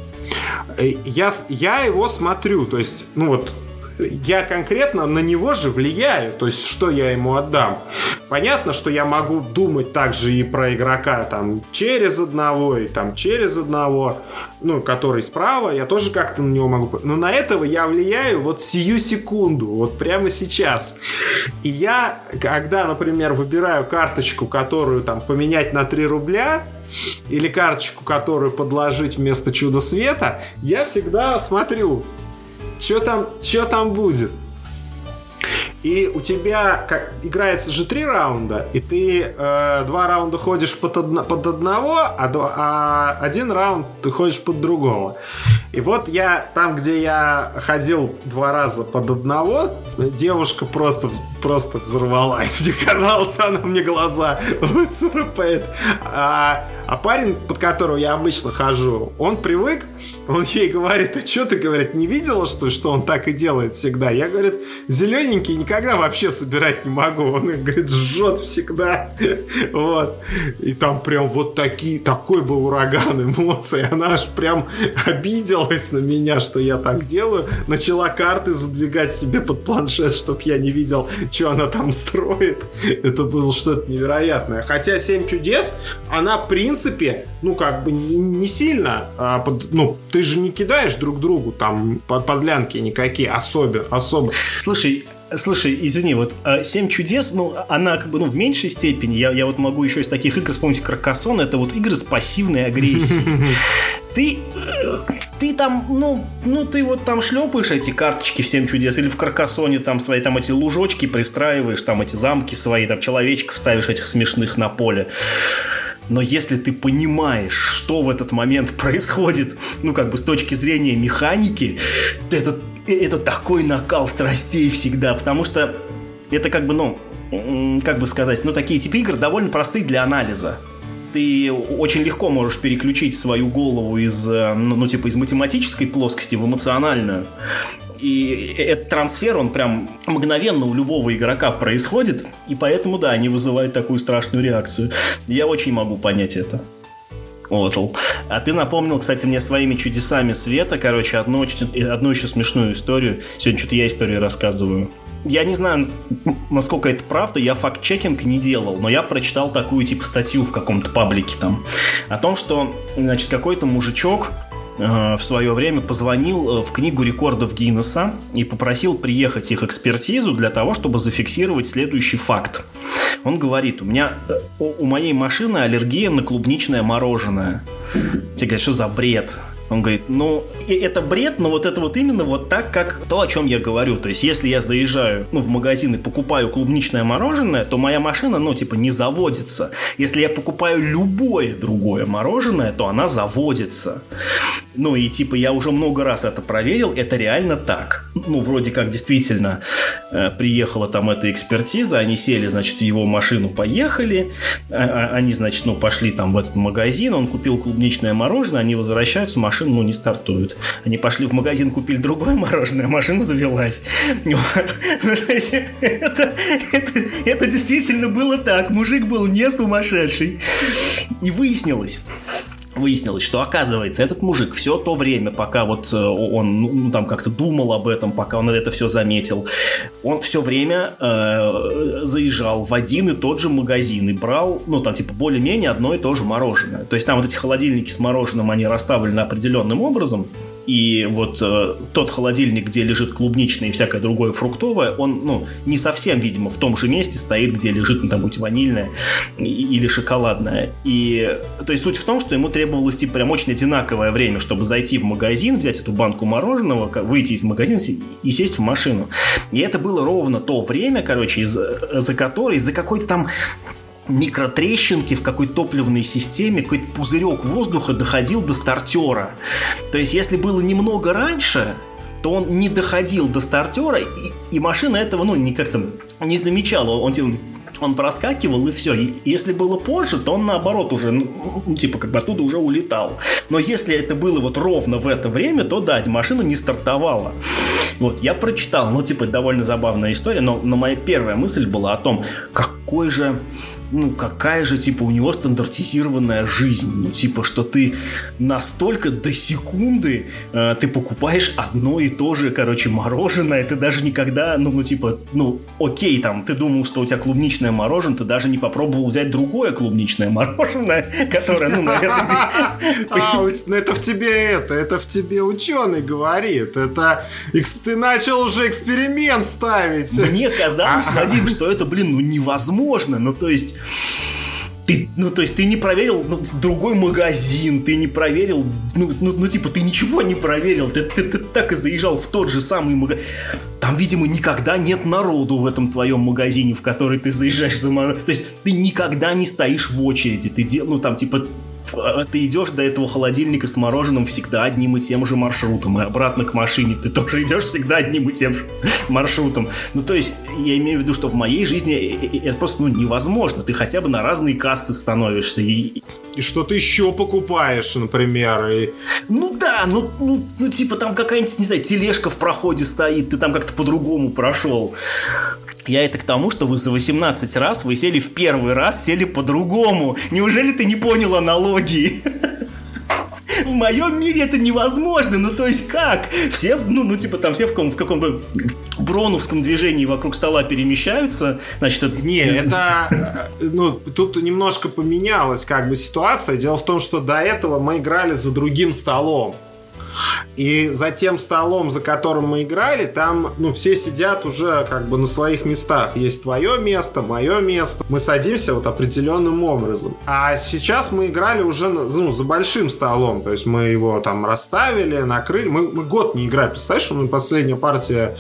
я, я его смотрю, то есть, ну вот, я конкретно на него же влияю, то есть, что я ему отдам. Понятно, что я могу думать также и про игрока там через одного, и там через одного, ну, который справа, я тоже как-то на него могу... Но на этого я влияю вот сию секунду, вот прямо сейчас. И я, когда, например, выбираю карточку, которую там поменять на три рубля, или карточку, которую подложить вместо чуда света, я всегда смотрю, что там, что там будет. И у тебя как, играется же три раунда, и ты э, два раунда ходишь под, одно, под одного, а, два, а один раунд ты ходишь под другого. И вот я там, где я ходил два раза под одного, девушка просто, просто взорвалась. Мне казалось, она мне глаза выцарапает. А, а парень, под которого я обычно хожу, он привык, он ей говорит: а что ты, говорит, не видела, что, что он так и делает всегда? Я, говорит, зелененький никогда вообще собирать не могу. Он, говорит, жжет всегда. Вот. И там прям вот такие, такой был ураган эмоций. Она аж прям обиделась на меня, что я так делаю. Начала карты задвигать себе под планшет, чтоб я не видел, что она там строит. Это было что-то невероятное. Хотя «Семь чудес», она, в принципе, ну, как бы не сильно, а под, ну, ты же не кидаешь друг другу там подлянки никакие, особо, особо.
Слушай, Слушай, извини, вот «Семь чудес», ну, она как бы, ну, в меньшей степени, я, я вот могу еще из таких игр вспомнить Каркассон, это вот игры с пассивной агрессией. Ты, ты там, ну, ну, ты вот там шлепаешь эти карточки в «Семь чудес», или в Каркассоне там свои там эти лужочки пристраиваешь, там эти замки свои, там человечков ставишь этих смешных на поле. Но если ты понимаешь, что в этот момент происходит, ну, как бы с точки зрения механики, это, это такой накал страстей всегда, потому что это как бы, ну, как бы сказать, ну, такие типы игр довольно простые для анализа. Ты очень легко можешь переключить свою голову из, ну, ну типа, из математической плоскости в эмоциональную. И этот трансфер, он прям мгновенно у любого игрока происходит, и поэтому, да, они вызывают такую страшную реакцию. Я очень могу понять это. Отл. А ты напомнил, кстати, мне своими чудесами света, короче, одну, одну еще смешную историю. Сегодня что-то я историю рассказываю. Я не знаю, насколько это правда, я факт-чекинг не делал, но я прочитал такую, типа, статью в каком-то паблике там о том, что, значит, какой-то мужичок в свое время позвонил в книгу рекордов Гиннесса и попросил приехать их экспертизу для того, чтобы зафиксировать следующий факт. Он говорит: у меня, у моей машины аллергия на клубничное мороженое. Тебе говорят, что за бред? Он говорит, ну, это бред, но вот это вот именно вот так, как то, о чем я говорю. То есть, если я заезжаю, ну, в магазин и покупаю клубничное мороженое, то моя машина, ну, типа, не заводится. Если я покупаю любое другое мороженое, то она заводится. Ну, и, типа, я уже много раз это проверил, это реально так. Ну, вроде как, действительно, э, приехала там эта экспертиза, они сели, значит, в его машину, поехали, а, они, значит, ну, пошли там в этот магазин, он купил клубничное мороженое, они возвращаются, машина, ну, не стартует. Они пошли в магазин, купили другое мороженое, машина завелась. Вот. Это, это, это действительно было так. Мужик был не сумасшедший. И выяснилось, Выяснилось, что, оказывается, этот мужик все то время, пока вот он ну, там как-то думал об этом, пока он это все заметил, он все время э, заезжал в один и тот же магазин и брал, ну, там, типа, более-менее одно и то же мороженое. То есть там вот эти холодильники с мороженым, они расставлены определенным образом, и вот э, тот холодильник, где лежит клубничное и всякое другое фруктовое, он, ну, не совсем, видимо, в том же месте стоит, где лежит, ну, там, будь ванильное или шоколадное. И, то есть, суть в том, что ему требовалось, типа, прям очень одинаковое время, чтобы зайти в магазин, взять эту банку мороженого, выйти из магазина и сесть в машину. И это было ровно то время, короче, из-за, за которое, из-за какой-то там микротрещинки в какой-то топливной системе, какой-то пузырек воздуха доходил до стартера. То есть, если было немного раньше, то он не доходил до стартера, и, и машина этого, ну, никак там не замечала. Он, он проскакивал, и все. И если было позже, то он, наоборот, уже, ну, типа, как бы оттуда уже улетал. Но если это было вот ровно в это время, то, да, машина не стартовала. Вот, я прочитал, ну, типа, довольно забавная история, но, но моя первая мысль была о том, какой же, ну, какая же, типа, у него стандартизированная жизнь. Ну, типа, что ты настолько до секунды э, ты покупаешь одно и то же, короче, мороженое, ты даже никогда, ну, ну, типа, ну, окей, там, ты думал, что у тебя клубничное мороженое, ты даже не попробовал взять другое клубничное мороженое, которое, ну, наверное...
А, это в тебе это, это в тебе ученый говорит, это... Ты начал уже эксперимент ставить.
Мне казалось, Вадим, что это, блин, ну, невозможно, ну, то есть... Ты, ну, то есть, ты не проверил ну, другой магазин, ты не проверил, ну, ну, ну, типа, ты ничего не проверил, ты, ты, ты так и заезжал в тот же самый магазин. Там, видимо, никогда нет народу в этом твоем магазине, в который ты заезжаешь за мороженым. То есть, ты никогда не стоишь в очереди, ты дел, ну, там, типа... Ты идешь до этого холодильника с мороженым всегда одним и тем же маршрутом. И обратно к машине ты тоже идешь всегда одним и тем же маршрутом. Ну, то есть, я имею в виду, что в моей жизни это просто ну, невозможно. Ты хотя бы на разные кассы становишься. И,
и что ты еще покупаешь, например? И...
Ну да, ну, ну, ну типа там какая-нибудь, не знаю, тележка в проходе стоит, ты там как-то по-другому прошел. Я это к тому, что вы за восемнадцать раз вы сели в первый раз, сели по-другому. Неужели ты не понял аналогии? В моем мире это невозможно. Ну, то есть как? Все, ну, ну типа там все в, каком, в каком-то броуновском движении вокруг стола перемещаются. Значит, это...
Не, это... Ну, тут немножко поменялась как бы ситуация. Дело в том, что до этого мы играли за другим столом. И за тем столом, за которым мы играли, там, ну, все сидят уже как бы на своих местах. Есть твое место, мое место. Мы садимся вот определенным образом. А сейчас мы играли уже, ну, за большим столом. То есть мы его там расставили, накрыли. Мы, мы год не играли. Представляешь, у нас последняя партия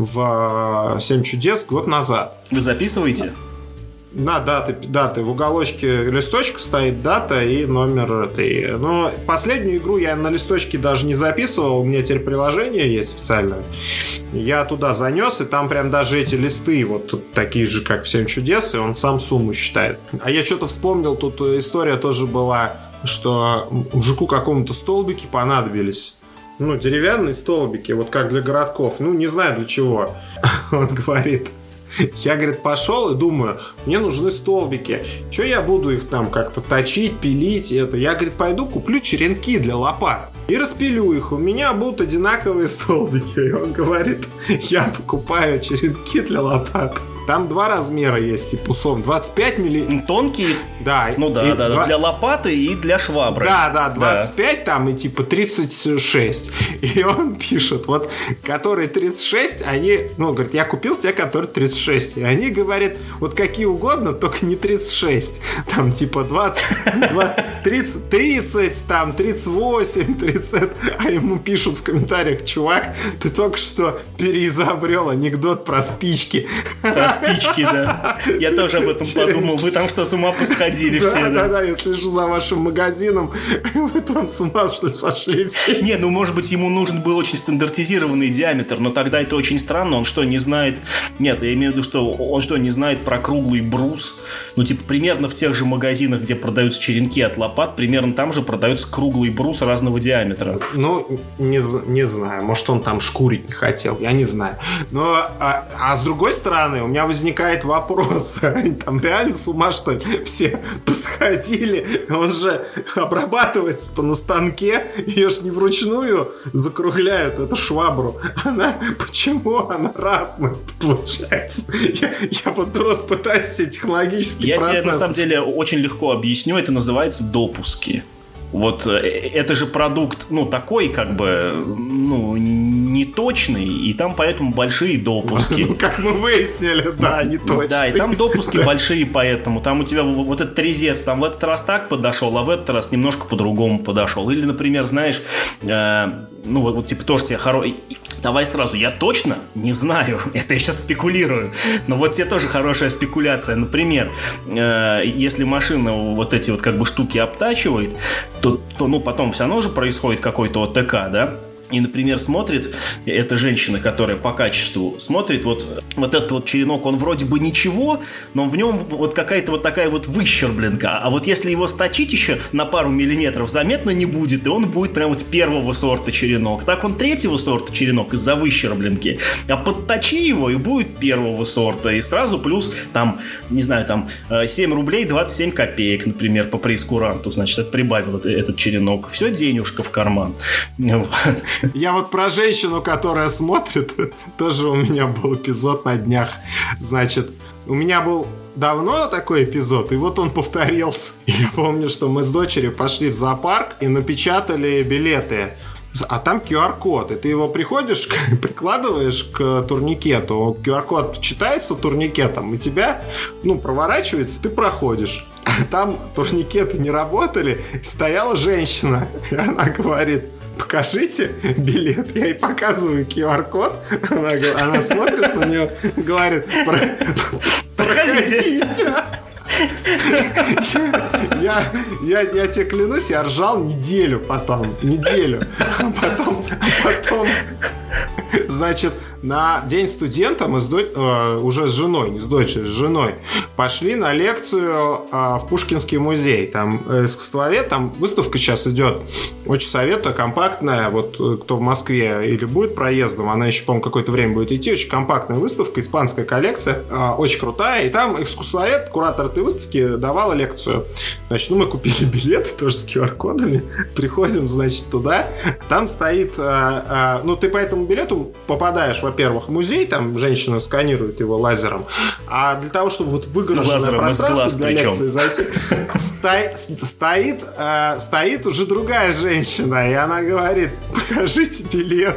в «Семь чудес» год назад.
Вы записываете?
Да, даты, даты. В уголочке листочка стоит дата и номер этой. Но последнюю игру я на листочке даже не записывал. У меня теперь приложение есть специальное. Я туда занес, и там прям даже эти листы вот тут такие же, как в «Семь чудес», и он сам сумму считает. А я что-то вспомнил, тут история тоже была, что мужику какому-то столбики понадобились. Ну, деревянные столбики, вот как для городков. Ну, не знаю для чего. Он говорит... Я, говорит, пошел и думаю, мне нужны столбики. Че я буду их там как-то точить, пилить? Это? Я, говорит, пойду куплю черенки для лопат и распилю их. У меня будут одинаковые столбики. И он говорит, я покупаю черенки для лопат. Там два размера есть, типа, условно, двадцать пять миллиметров.
Тонкие?
Да.
Ну да, да, два... для лопаты и для швабры.
Да, да, двадцать пять да. Там и типа тридцать шесть. И он пишет, вот, которые тридцать шесть, они, ну, говорит, я купил те, которые тридцать шесть. И они говорят, вот какие угодно, только не тридцать шесть. Там типа двадцать... тридцать, тридцать, там, тридцать восемь, тридцать, а ему пишут в комментариях: чувак, ты только что переизобрел анекдот про спички.
Про спички, да. Я тоже об этом подумал. Вы там что, с ума посходили все, да?
Да, да, я слежу за вашим магазином. Вы там с ума, что ли, сошли все?
Не, ну, может быть, ему нужен был очень стандартизированный диаметр, но тогда это очень странно. Он что, не знает... Нет, я имею в виду, что он что, не знает про круглый брус? Ну, типа, примерно в тех же магазинах, где продаются черенки от лопат, примерно там же продается круглый брус разного диаметра.
Ну, не, не знаю. Может, он там шкурить не хотел. Я не знаю. Но, а, а с другой стороны, у меня возникает вопрос. Они там реально с ума, что ли, все посходили? Он же обрабатывается-то на станке. Ее ж не вручную закругляют, эту швабру. Она... Почему она разная получается? Я, я вот просто пытаюсь себе технологический
я
процесс...
Я тебе, на самом деле, очень легко объясню. Это называется допуски. Вот это же продукт, ну, такой, как бы, ну, неточный, и там поэтому большие допуски.
Ну, как мы выяснили, да, неточный.
Да, и там допуски большие, поэтому там у тебя вот этот резец, там в этот раз так подошел, а в этот раз немножко по-другому подошел. Или, например, знаешь, э, ну, вот, вот типа тоже тебе хороший... Давай сразу, я точно не знаю, это я сейчас спекулирую, но вот тебе тоже хорошая спекуляция. Например, э, если машина вот эти вот как бы штуки обтачивает, то, то ну потом все равно же происходит какой-то ОТК, да? И, например, смотрит эта женщина, которая по качеству смотрит, вот, вот этот вот черенок, он вроде бы ничего, но в нем вот какая-то вот такая вот выщербленка. А вот если его сточить еще на пару миллиметров, заметно не будет, и он будет прям вот первого сорта черенок. Так он третьего сорта черенок из-за выщербленки. А подточи его, и будет первого сорта. И сразу плюс, там, не знаю, там, семь рублей двадцать семь копеек, например, по прейскуранту. Значит, это прибавил этот, этот черенок. Все, денежка в карман. Вот.
Я вот про женщину, которая смотрит, тоже у меня был эпизод на днях. Значит, у меня был давно такой эпизод, и вот он повторился. Я помню, что мы с дочерью пошли в зоопарк и напечатали билеты. А там ку ар код, и ты его приходишь, прикладываешь к турникету, ку ар код читается турникетом, и тебя, ну, проворачивается, ты проходишь. А там турникеты не работали, стояла женщина, и она говорит: покажите билет. Я ей показываю ку ар код. Она, она смотрит на него, говорит: проходите. Я, я, я тебе клянусь, я ржал неделю потом. Неделю. А потом, а потом значит, на день студента мы с до... э, уже с женой, не с дочерью, с женой пошли на лекцию э, в Пушкинский музей. Там э, искусствовед, там выставка сейчас идет. Очень советую, компактная. Вот кто в Москве или будет проездом, она еще, по-моему, какое-то время будет идти. Очень компактная выставка, испанская коллекция, э, очень крутая. И там искусствовед, куратор этой выставки, давала лекцию. Значит, ну мы купили билеты тоже с ку ар кодами. Приходим, значит, туда. Там стоит, э, э, ну ты по этому билету попадаешь, во-первых, в музей, там женщина сканирует его лазером, а для того, чтобы вот выгороженное лазером пространство для причем. Лекции зайти, сто, стоит, э, стоит уже другая женщина, и она говорит: покажите билет.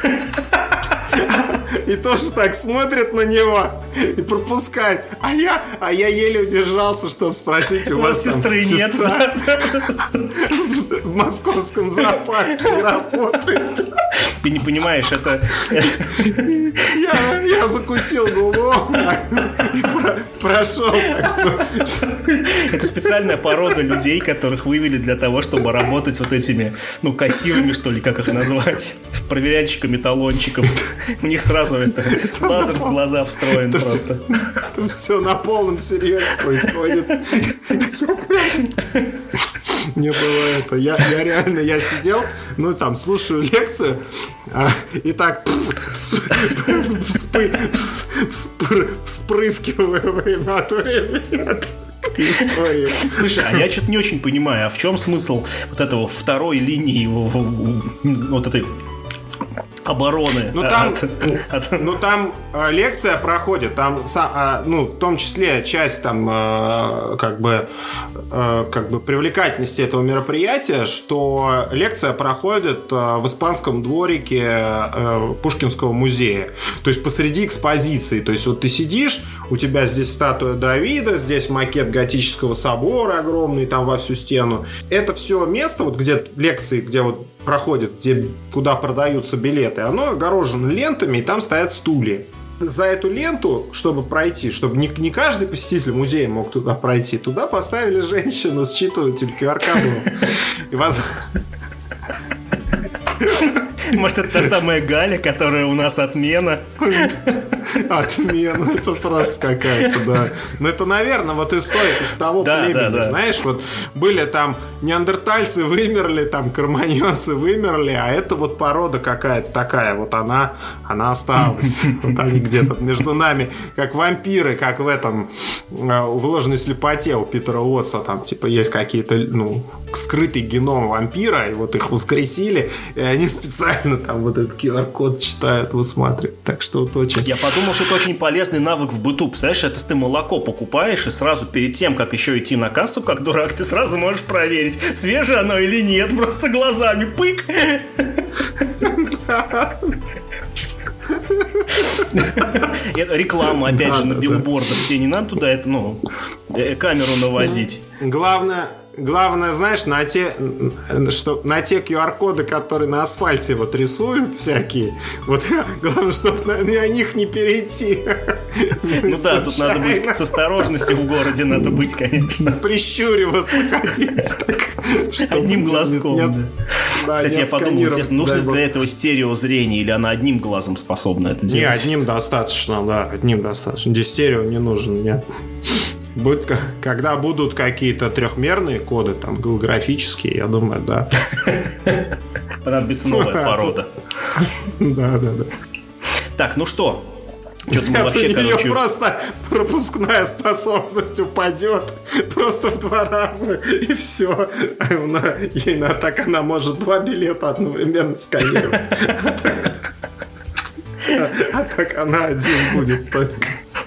И тоже так смотрит на него и пропускает. А я, а я еле удержался, чтобы спросить: у, у вас
сестры там, нет,
сестра в московском зоопарке не работает.
Ты не понимаешь, это...
Я, я закусил губу и про, прошел.
Это специальная порода людей, которых вывели для того, чтобы работать вот этими, ну, кассирами, что ли, как их назвать, проверяльщиками талончиков. У них сразу это, это лазер в глаза встроен это просто.
Все, все на полном серьезе происходит. Мне было это. Я, я реально, я сидел, ну там, слушаю лекцию, а, и так вспы, вспы, вспрыскиваю время от времени.
Слушай, а я что-то не очень понимаю, а в чем смысл вот этого второй линии, вот этой обороны.
Ну там,
от...
ну, там э, лекция проходит, там, э, ну, в том числе часть там, э, как бы, э, как бы привлекательности этого мероприятия, что лекция проходит э, в испанском дворике э, Пушкинского музея, то есть посреди экспозиции. То есть вот ты сидишь, у тебя здесь статуя Давида, здесь макет готического собора огромный, там во всю стену. Это все место, вот где лекции, где вот проходят, где, куда продаются билеты, оно огорожено лентами, и там стоят стулья. За эту ленту, чтобы пройти, чтобы не, не каждый посетитель музея мог туда пройти, туда поставили женщину считыватель ку ар кодов. И вас...
Может, это та самая Галя, которая у нас отмена?
Отмена, это просто какая-то, да. Но это, наверное, вот из, той, из того
да,
племени,
да, да.
знаешь, вот были там неандертальцы вымерли, там кроманьонцы вымерли, а это вот порода какая-то такая, вот она, она осталась. Вот они где-то между нами, как вампиры, как в этом, в «Ложной слепоте» у Питера Уотса, там, типа, есть какие-то, ну, скрытый геном вампира, и вот их воскресили, и они специально там вот этот ку ар код читают, высматривают. Так что вот очень...
Я подумал, что это очень полезный навык в быту. Представляешь, это ты молоко покупаешь, и сразу перед тем, как еще идти на кассу, как дурак, ты сразу можешь проверить, свежее оно или нет, просто глазами пык. Реклама, опять же, на билбордах. Тебе не надо туда это, ну, камеру наводить.
Главное, главное, знаешь, на те, что, на те ку ар коды, которые на асфальте вот рисуют всякие, вот главное, чтобы на, на них не перейти.
Ну да, тут надо быть с осторожностью в городе, надо быть, конечно.
Прищуриваться, ходить так.
Одним глазком. Кстати, я подумал, интересно, нужно для этого стереозрение, или она одним глазом способна это делать?
Не, одним достаточно, да, одним достаточно. Здесь стерео не нужен, нет. Будет, когда будут какие-то трехмерные коды, там, голографические, я думаю, да.
Понадобится новая порода.
Да, да, да.
Так, ну что? Что-то мы вообще,
у нее
короче...
просто пропускная способность упадет просто в два раза, и все. Она, ей на, так она может два билета одновременно сканировать. А так она один будет только.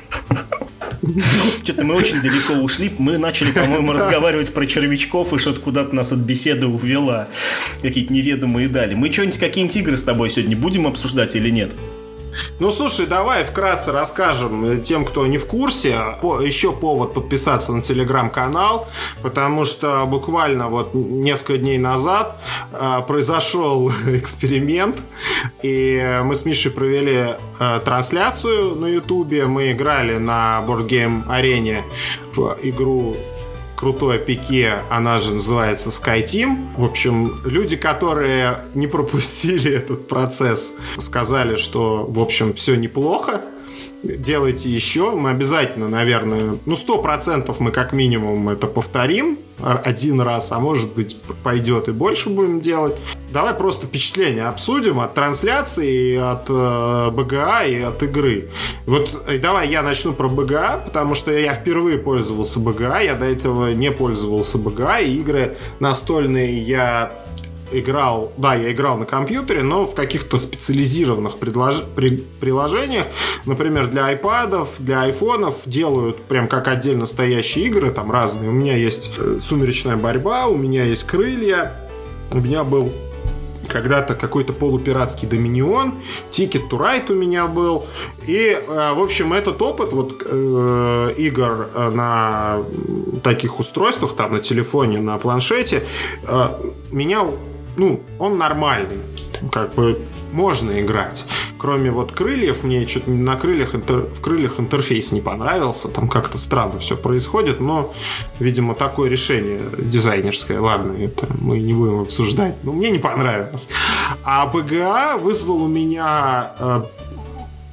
Что-то мы очень далеко ушли. Мы начали, по-моему, разговаривать про червячков, и что-то куда-то нас от беседы увела. Какие-то неведомые дали. Мы что-нибудь, какие-нибудь игры с тобой сегодня будем обсуждать или нет?
Ну, слушай, давай вкратце расскажем тем, кто не в курсе. Еще повод подписаться на телеграм-канал, потому что буквально вот несколько дней назад э, произошел эксперимент, и мы с Мишей провели э, трансляцию на ютубе. Мы играли на Board Game Arena в игру крутое пике, она же называется SkyTeam. В общем, люди, которые не пропустили этот процесс, сказали, что, в общем, все неплохо. Делайте еще. Мы обязательно, наверное, ну, сто процентов мы как минимум это повторим один раз, а может быть пойдет и больше будем делать. Давай просто впечатления обсудим от трансляции, от э, бэ гэ а и от игры. Вот и давай я начну про бэ гэ а, потому что я впервые пользовался бэ гэ а, я до этого не пользовался бэ гэ а, и игры настольные я играл, да, я играл на компьютере, но в каких-то специализированных предлож... при... приложениях, например, для айпадов, для айфонов делают прям как отдельно стоящие игры, там разные. У меня есть «Сумеречная борьба», у меня есть «Крылья», у меня был когда-то какой-то полупиратский Доминион, Ticket to Ride у меня был. И, в общем, этот опыт вот, э, игр на таких устройствах, там, на телефоне, на планшете, э, меня, ну, он нормальный. Как бы можно играть. Кроме вот крыльев, мне что-то на крыльях интер... в крыльях интерфейс не понравился. Там как-то странно все происходит, но, видимо, такое решение дизайнерское. Ладно, это мы не будем обсуждать. Но мне не понравилось. А бэ гэ а вызвал у меня э,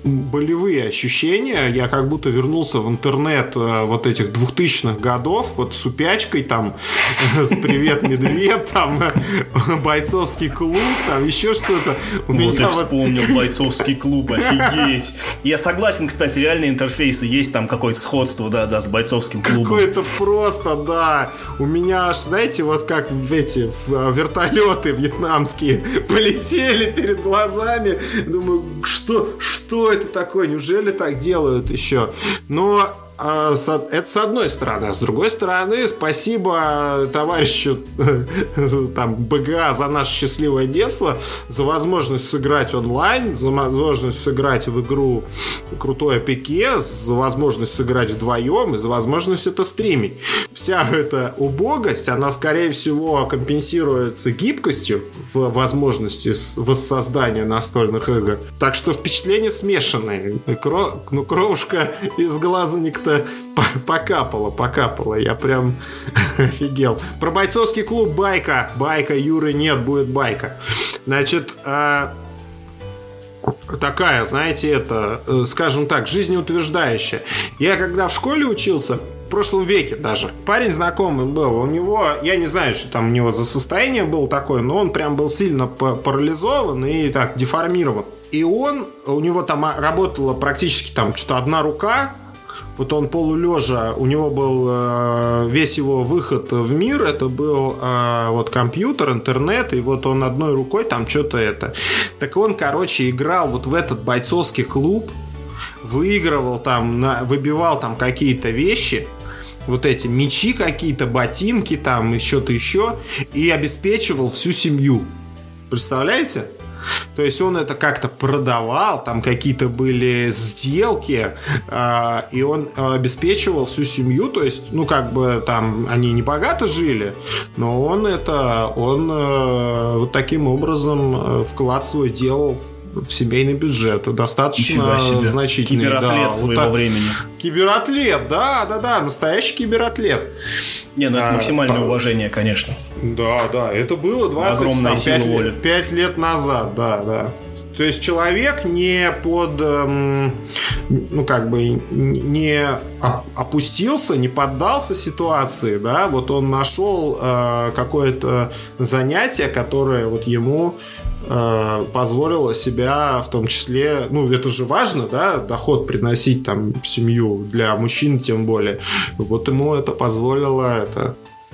болевые ощущения. Я как будто вернулся в интернет вот этих двухтысячных годов, вот с Упячкой, там, с «Привет, медведь», там, «Бойцовский клуб», там, еще что-то.
У вот меня и вот... вспомнил «Бойцовский клуб», офигеть. Я согласен, кстати, реальные интерфейсы, есть там какое-то сходство, да, да, с «Бойцовским клубом».
Какое-то просто, да. У меня аж, знаете, вот как в эти в вертолеты вьетнамские полетели перед глазами. Думаю, что, что это такое? Неужели так делают еще? Но это с одной стороны. А с другой стороны, спасибо товарищу там, БГА за наше счастливое детство, за возможность сыграть онлайн, за возможность сыграть в игру крутое пике, за возможность сыграть вдвоем и за возможность это стримить. Вся эта убогость, она, скорее всего, компенсируется гибкостью в возможности воссоздания настольных игр. Так что впечатления смешанные. Кро... Ну, кровушка из глаза никто покапала, покапала. Я прям офигел. Про «Бойцовский клуб» байка. Байка, Юры, нет, будет байка. Значит, э, такая, знаете, это, э, скажем так, жизнеутверждающая. Я когда в школе учился, в прошлом веке даже, парень знакомый был. У него, я не знаю, что там у него за состояние было такое, но он прям был сильно парализован и так деформирован. И он, у него там работала практически там что-то одна рука. Вот он полулежа, у него был э, весь его выход в мир, это был э, вот компьютер, интернет, и вот он одной рукой там что-то это. Так он, короче, играл вот в этот бойцовский клуб, выигрывал там, на, выбивал там какие-то вещи, вот эти мечи какие-то, ботинки там, и что-то еще, и обеспечивал всю семью. Представляете? То есть он это как-то продавал, там какие-то были сделки, э, и он обеспечивал всю семью. То есть, ну, как бы там они не богато жили, но он это, он э, вот таким образом вклад свой делал в семейный бюджет. Достаточно значительный.
Кибератлет
да,
своего вот времени.
Кибератлет, да, да, да, настоящий кибератлет.
Не, ну это
а,
максимальное
да,
уважение, конечно.
Да, да, это было двадцать пять лет назад, да, да. То есть человек не под, эм, ну как бы не опустился, не поддался ситуации, да, вот он нашел э, какое-то занятие, которое вот ему э, позволило себя, в том числе, ну это же важно, да, доход приносить там в семью, для мужчин тем более, вот ему это позволило это.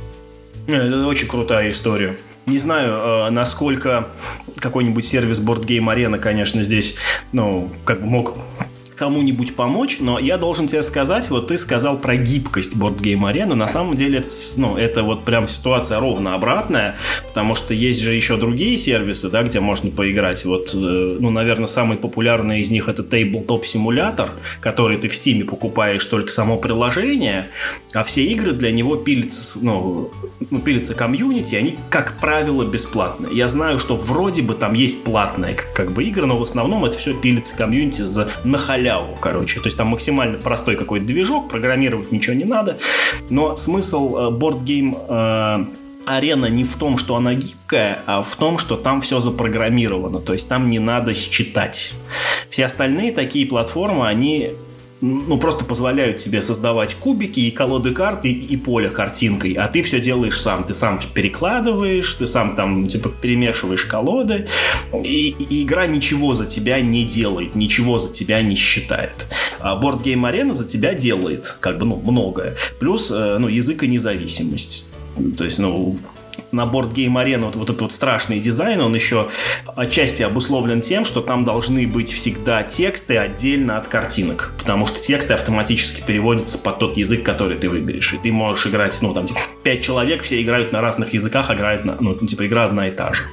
Это очень крутая история. Не знаю, насколько какой-нибудь сервис Board Game Arena, конечно, здесь, ну, как бы мог кому-нибудь помочь, но я должен тебе сказать, вот ты сказал про гибкость Board Game Arena, на самом деле, это, ну, это вот прям ситуация ровно обратная, потому что есть же еще другие сервисы, да, где можно поиграть, вот, ну, наверное, самый популярный из них это Tabletop Simulator, который ты в Steam покупаешь только само приложение, а все игры для него пилятся, ну, ну, пилятся комьюнити, они, как правило, бесплатные. Я знаю, что вроде бы там есть платные, как, как бы, игры, но в основном это все пилится комьюнити за на халяву. Короче, то есть там максимально простой какой-то движок, программировать ничего не надо, но смысл э, Board Game э, Arena не в том, что она гибкая, а в том, что там все запрограммировано, то есть там не надо считать. Все остальные такие платформы, они ну, просто позволяют тебе создавать кубики и колоды карт и, и поле картинкой, а ты все делаешь сам. Ты сам перекладываешь, ты сам там типа перемешиваешь колоды, и, и игра ничего за тебя не делает, ничего за тебя не считает. А Board Game Arena за тебя делает, как бы, ну, многое. Плюс, ну, язык и независимость. То есть, ну, на Board Game Arena вот, вот этот вот страшный дизайн, он еще отчасти обусловлен тем, что там должны быть всегда тексты отдельно от картинок, потому что тексты автоматически переводятся под тот язык, который ты выберешь, и ты можешь играть, ну, там, типа, пять человек, все играют на разных языках, играют на, ну, типа, игра одна и та же.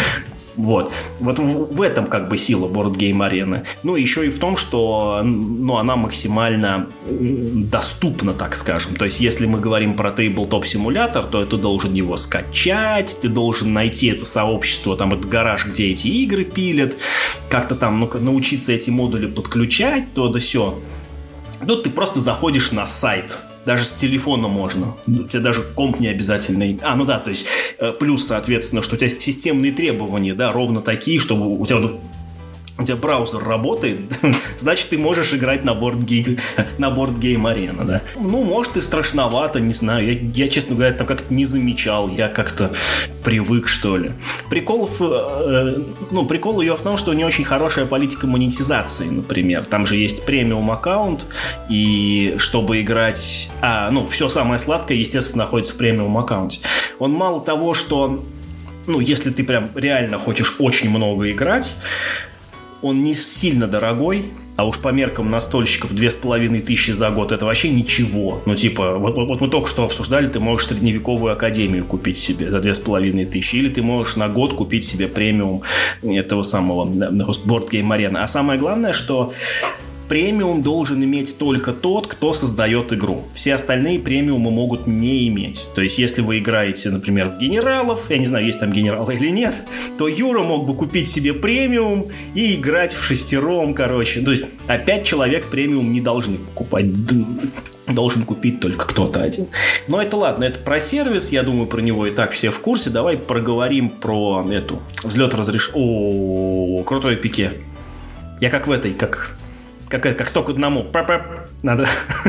Вот. Вот в, в этом как бы сила Board Game Arena. Ну, еще и в том, что ну, она максимально доступна, так скажем. То есть, если мы говорим про Tabletop Simulator, то ты должен его скачать, ты должен найти это сообщество, там, этот гараж, где эти игры пилят, как-то там ну, научиться эти модули подключать, то да сё. Тут ты просто заходишь на сайт. Даже с телефона можно. Тебе даже комп не обязательно. А, ну да, то есть плюс, соответственно, что у тебя системные требования, да, ровно такие, чтобы у тебя у тебя браузер работает, значит, ты можешь играть на Board Game, на Board Game Arena, да. Ну, может, и страшновато, не знаю. Я, я честно говоря, там как-то не замечал. Я как-то привык, что ли. Прикол, в, э, ну, прикол ее в том, что у нее очень хорошая политика монетизации, например. Там же есть премиум аккаунт, и чтобы играть... А, ну, все самое сладкое, естественно, находится в премиум аккаунте. Он мало того, что... Ну, если ты прям реально хочешь очень много играть, он не сильно дорогой, а уж по меркам настольщиков две с половиной тысячи за год это вообще ничего. Ну, типа, вот, вот мы только что обсуждали, ты можешь средневековую академию купить себе за две с половиной тысячи, или ты можешь на год купить себе премиум этого самого Board Game Arena. А самое главное, что премиум должен иметь только тот, кто создает игру. Все остальные премиумы могут не иметь. То есть, если вы играете, например, в генералов, я не знаю, есть там генералы или нет, то Юра мог бы купить себе премиум и играть в шестером, короче. То есть, а пять человек премиум не должны покупать. Должен купить только кто-то один. Но это ладно, это про сервис, я думаю, про него и так все в курсе. Давай проговорим про эту взлет разреш... О, крутое пике. Я как в этой, как... Как, как сто к одному. Надо.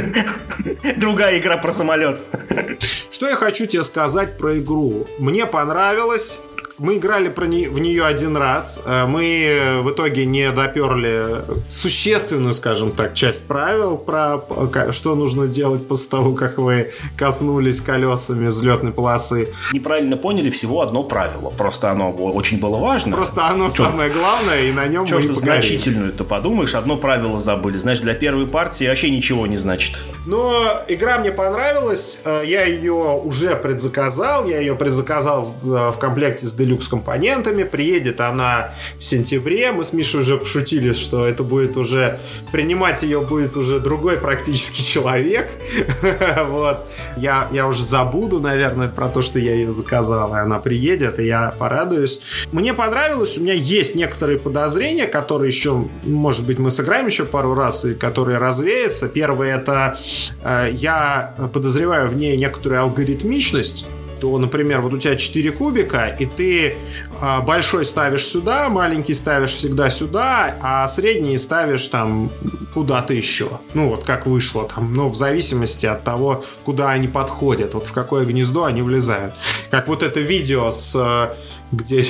Другая игра про самолет.
Что я хочу тебе сказать про игру. Мне понравилось. Мы играли про не, в нее один раз. Мы в итоге не доперли существенную, скажем так, часть правил про что нужно делать после того, как вы коснулись колесами взлетной полосы.
Неправильно поняли всего одно правило. Просто оно очень было важно.
Просто оно
Чё?
Самое главное, и на нем
Чё,
мы
что
и погорели.
Значительную ты подумаешь, одно правило забыли. Знаешь, для первой партии вообще ничего не значит.
Но игра мне понравилась. Я ее уже предзаказал. Я ее предзаказал в комплекте с люкс-компонентами. Приедет она в сентябре. Мы с Мишей уже пошутили, что это будет уже... Принимать ее будет уже другой практически человек. Вот. Я, я уже забуду, наверное, про то, что я ее заказал. И она приедет, и я порадуюсь. Мне понравилось. У меня есть некоторые подозрения, которые еще, может быть, мы сыграем еще пару раз, и которые развеются. Первое — это э, я подозреваю в ней некоторую алгоритмичность. То, например, вот у тебя четыре кубика, и ты э, большой ставишь сюда, маленький ставишь всегда сюда, а средний ставишь там куда-то еще. Ну, вот как вышло там, ну, в зависимости от того, куда они подходят, вот в какое гнездо они влезают. Как вот это видео с... Э, где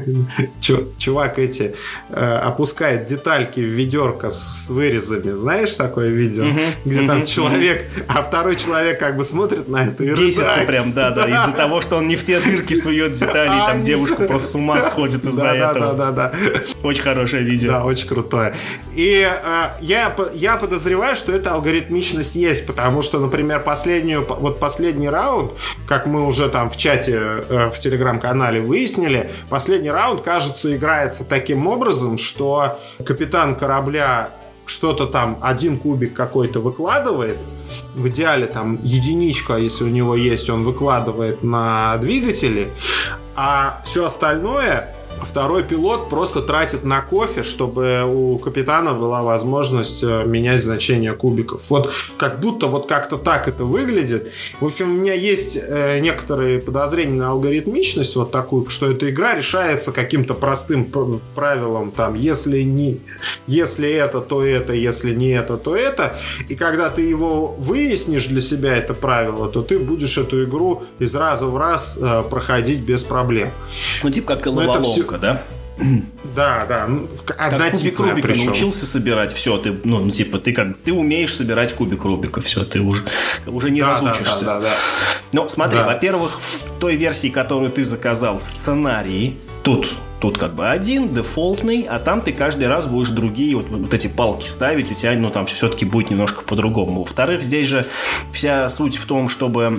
чувак эти э, опускает детальки в ведерко с, с вырезами. Знаешь такое видео? Mm-hmm. Где mm-hmm. там человек, mm-hmm. а второй человек как бы смотрит на это и рыдает.
Бесится прям, да-да, из-за того, что он не в те дырки сует детали, и там девушка просто с ума сходит из-за этого.
Да-да-да.
Очень хорошее видео.
Да, очень крутое. И э, я, я подозреваю, что эта алгоритмичность есть, потому что, например, последнюю, вот последний раунд, как мы уже там в чате э, в телеграм-канале выяснили, последний раунд, кажется, играется таким образом, что капитан корабля что-то там, один кубик какой-то выкладывает, в идеале там единичка, если у него есть, он выкладывает на двигатели, а все остальное второй пилот просто тратит на кофе, чтобы у капитана была возможность менять значение кубиков. Вот как будто вот как-то так это выглядит. В общем, у меня есть э, некоторые подозрения на алгоритмичность вот такую, что эта игра решается каким-то простым правилом, там, если не, если это, то это, если не это, то это. И когда ты его выяснишь для себя, это правило, то ты будешь эту игру из раза в раз э, проходить без проблем.
Ну, типа как головоломка. Да?
Да, да.
Как кубик Рубика причем. Научился собирать, все, ты, ну, ну, типа, ты как ты умеешь собирать кубик Рубика, все, ты уже, уже не да, разучишься. Да, да, да, да. Но смотри, да. Во-первых, в той версии, которую ты заказал, сценарий, тут, тут как бы один, дефолтный, а там ты каждый раз будешь другие вот, вот эти палки ставить, у тебя, ну, там все-таки будет немножко по-другому. Во-вторых, здесь же вся суть в том, чтобы...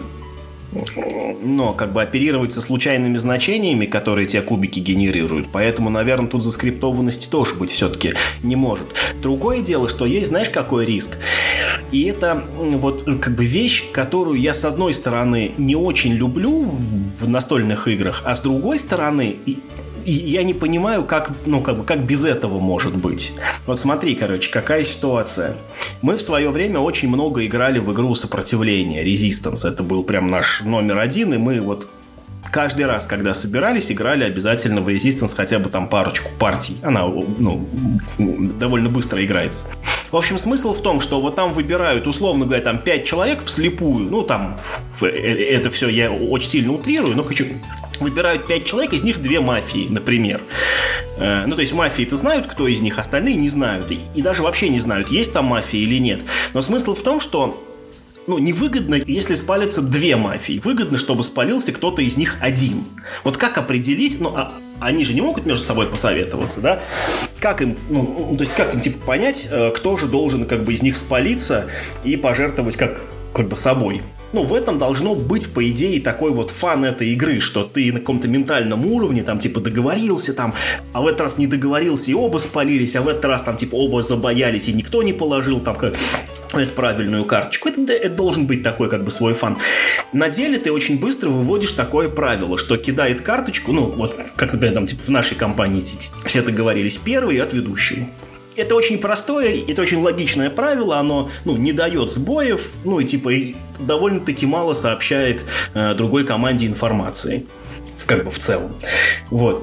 но как бы оперировать со случайными значениями, которые те кубики генерируют. Поэтому, наверное, тут заскриптованности тоже быть все-таки не может. Другое дело, что есть, знаешь, какой риск? И это вот как бы вещь, которую я, с одной стороны, не очень люблю в настольных играх, а с другой стороны... И я не понимаю, как, ну, как бы, как без этого может быть. Вот смотри, короче, какая ситуация. Мы в свое время очень много играли в игру сопротивления, Resistance. Это был прям наш номер один, и мы вот каждый раз, когда собирались, играли обязательно в Resistance хотя бы там парочку партий. Она, ну, довольно быстро играется. В общем, смысл в том, что вот там выбирают, условно говоря, там пять человек вслепую. Ну, там, это все я очень сильно утрирую, но хочу... Выбирают пять человек, из них две мафии, например. Ну, то есть мафии-то знают, кто из них, остальные не знают. И, и даже вообще не знают, есть там мафия или нет. Но смысл в том, что ну, невыгодно, если спалятся две мафии. Выгодно, чтобы спалился кто-то из них один. Вот как определить... Ну, а, они же не могут между собой посоветоваться, да? Как им, ну, то есть как им, типа, понять, кто же должен, как бы, из них спалиться и пожертвовать, как, как бы, собой? Ну, в этом должно быть, по идее, такой вот фан этой игры, что ты на каком-то ментальном уровне, там, типа, договорился, там, а в этот раз не договорился, и оба спалились, а в этот раз, там, типа, оба забоялись, и никто не положил, там, как... эту правильную карточку. Это, это должен быть такой, как бы, свой фан. На деле ты очень быстро выводишь такое правило, что кидает карточку, ну, вот, как, например, там, типа, в нашей компании все договорились, первый от ведущего. Это очень простое, это очень логичное правило, оно, ну, не дает сбоев, ну, и, типа, и довольно-таки мало сообщает э, другой команде информации, как бы, в целом. Вот.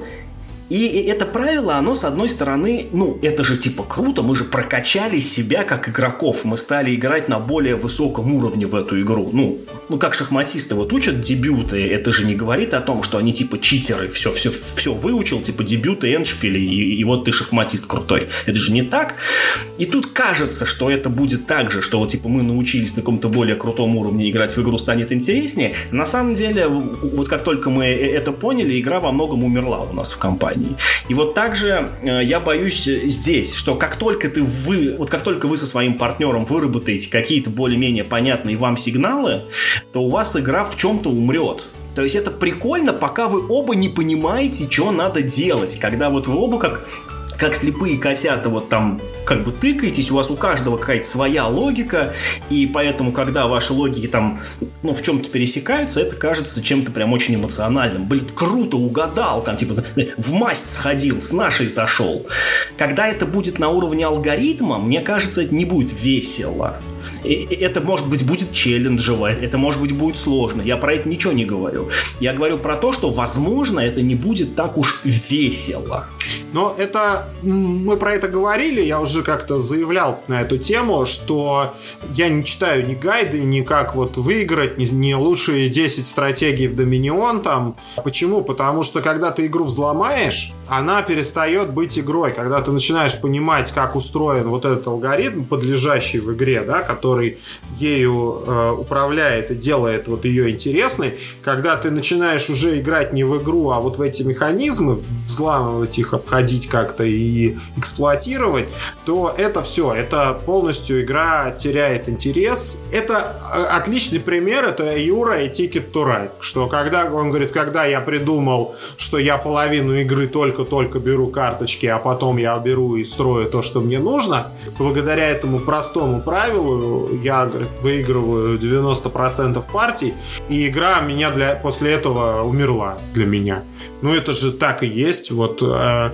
И это правило, оно, с одной стороны, ну, это же типа круто, мы же прокачали себя как игроков, мы стали играть на более высоком уровне в эту игру. Ну, ну как шахматисты вот учат дебюты, это же не говорит о том, что они типа читеры, все, все, все выучил, типа дебюты, эндшпили, и, и вот ты шахматист крутой. Это же не так. И тут кажется, что это будет так же, что вот типа мы научились на каком-то более крутом уровне играть в игру, станет интереснее. На самом деле, вот как только мы это поняли, игра во многом умерла у нас в компании. И вот так же э, я боюсь здесь, что как только ты вы, вот как только вы со своим партнером выработаете какие-то более-менее понятные вам сигналы, то у вас игра в чем-то умрет. То есть это прикольно, пока вы оба не понимаете, что надо делать. Когда вот вы оба как... как слепые котята вот там как бы тыкаетесь, у вас у каждого какая-то своя логика, и поэтому, когда ваши логики там, ну, в чем-то пересекаются, это кажется чем-то прям очень эмоциональным. Блин, круто угадал, там, типа, в масть сходил, с нашей сошел. Когда это будет на уровне алгоритма, мне кажется, это не будет весело. Это, может быть, будет челленджево, это, может быть, будет сложно. Я про это ничего не говорю. Я говорю про то, что, возможно, это не будет так уж весело.
Но это... Мы про это говорили, я уже как-то заявлял на эту тему, что я не читаю ни гайды, ни как вот выиграть, ни, ни лучшие десять стратегий в Доминион там. Почему? Потому что, когда ты игру взломаешь, она перестает быть игрой. Когда ты начинаешь понимать, как устроен вот этот алгоритм, подлежащий в игре, да, который ею э, управляет и делает вот ее интересной, когда ты начинаешь уже играть не в игру, а вот в эти механизмы, взламывать их, обходить как-то и эксплуатировать, то это все, это полностью игра теряет интерес. Это отличный пример, это Юра и Ticket to Ride, что когда, он говорит, когда я придумал, что я половину игры только-только беру карточки, а потом я беру и строю то, что мне нужно, благодаря этому простому правилу я, говорит, выигрываю девяносто процентов партий, и игра меня для, после этого умерла для меня. Ну, это же так и есть. Вот, э,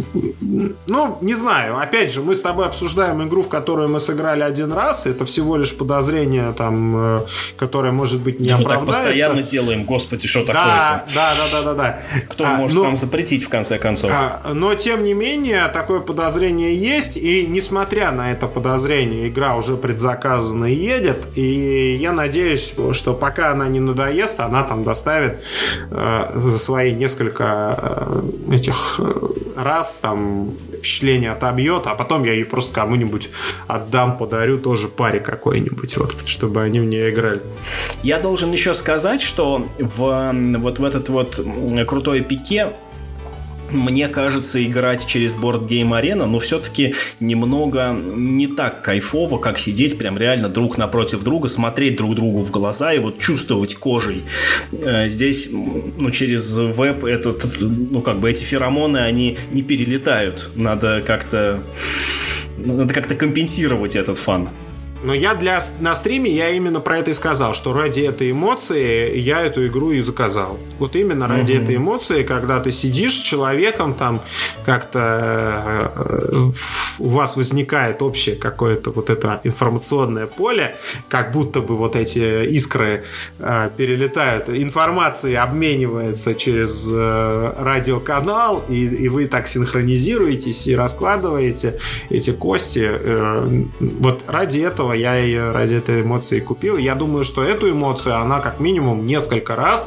ну, не знаю. Опять же, мы с тобой обсуждаем игру, в которую мы сыграли один раз. Это всего лишь подозрение, там, э, которое, может быть, не оправдается. Мы так
постоянно делаем. Господи, что такое-то?
Да, да, да, да, да.
Кто а, может но, нам запретить, в конце концов?
А, но, тем не менее, такое подозрение есть. И, несмотря на это подозрение, игра уже предзаказана и едет. И я надеюсь, что пока она не надоест, она там доставит э, за свои несколько этих раз там впечатление отобьет, а потом я ее просто кому-нибудь отдам, подарю тоже паре какой-нибудь, вот, чтобы они в нее играли.
Я должен еще сказать, что в, вот в этот вот крутой пике мне кажется, играть через Board Game Arena, но все-таки немного не так кайфово, как сидеть прям реально друг напротив друга, смотреть друг другу в глаза и вот чувствовать кожей. Здесь, ну, через веб этот, ну, как бы эти феромоны, они не перелетают. Надо как-то, надо как-то компенсировать этот фан.
Но я для, на стриме я именно про это и сказал, что ради этой эмоции я эту игру и заказал. Вот именно ради mm-hmm. этой эмоции, когда ты сидишь с человеком там как-то у вас возникает общее какое-то вот это информационное поле, как будто бы вот эти искры э, перелетают, информация обменивается через э, радиоканал, и, и вы так синхронизируетесь и раскладываете эти кости. Э, вот ради этого я и ради этой эмоции купил. Я думаю, что эту эмоцию она как минимум несколько раз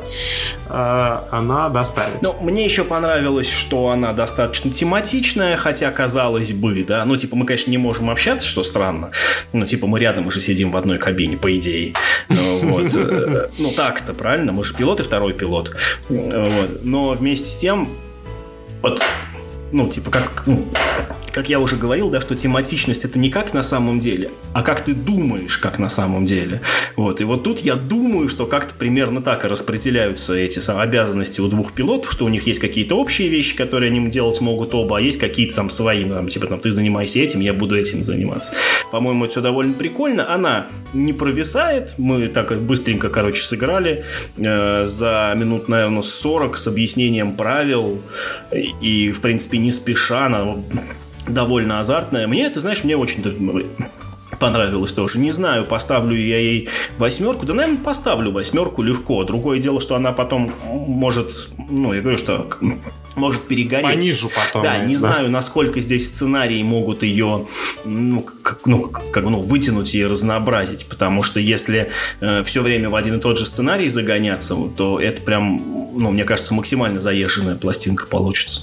э, она доставит.
Ну, мне еще понравилось, что она достаточно тематичная, хотя, казалось бы, да, ну, типа, мы, конечно, не можем общаться, что странно, ну, типа, мы рядом уже сидим в одной кабине, по идее, ну, вот, ну, так-то, правильно, мы же пилот и второй пилот, вот, но вместе с тем, вот, ну, типа, как, ну, как я уже говорил, да, что тематичность это не как на самом деле, а как ты думаешь, как на самом деле. Вот. И вот тут я думаю, что как-то примерно так и распределяются эти обязанности у двух пилотов, что у них есть какие-то общие вещи, которые они делать могут оба, а есть какие-то там свои, ну, там, типа там ты занимайся этим, я буду этим заниматься. По-моему, это все довольно прикольно. Она не провисает, мы так быстренько, короче, сыграли э, за минут, наверное, сорок с объяснением правил и, в принципе, не спеша, она довольно азартная. Мне это, знаешь, мне очень понравилось тоже. Не знаю, поставлю я ей восьмерку. Да, наверное, поставлю восьмерку легко. Другое дело, что она потом может, ну, я говорю, что может перегореть.
Понижу потом.
Да, не да. знаю, насколько здесь сценарии могут ее, ну, как, ну, как, ну, вытянуть и разнообразить. Потому что если э, все время в один и тот же сценарий загоняться, то это прям, ну, мне кажется, максимально заезженная пластинка получится.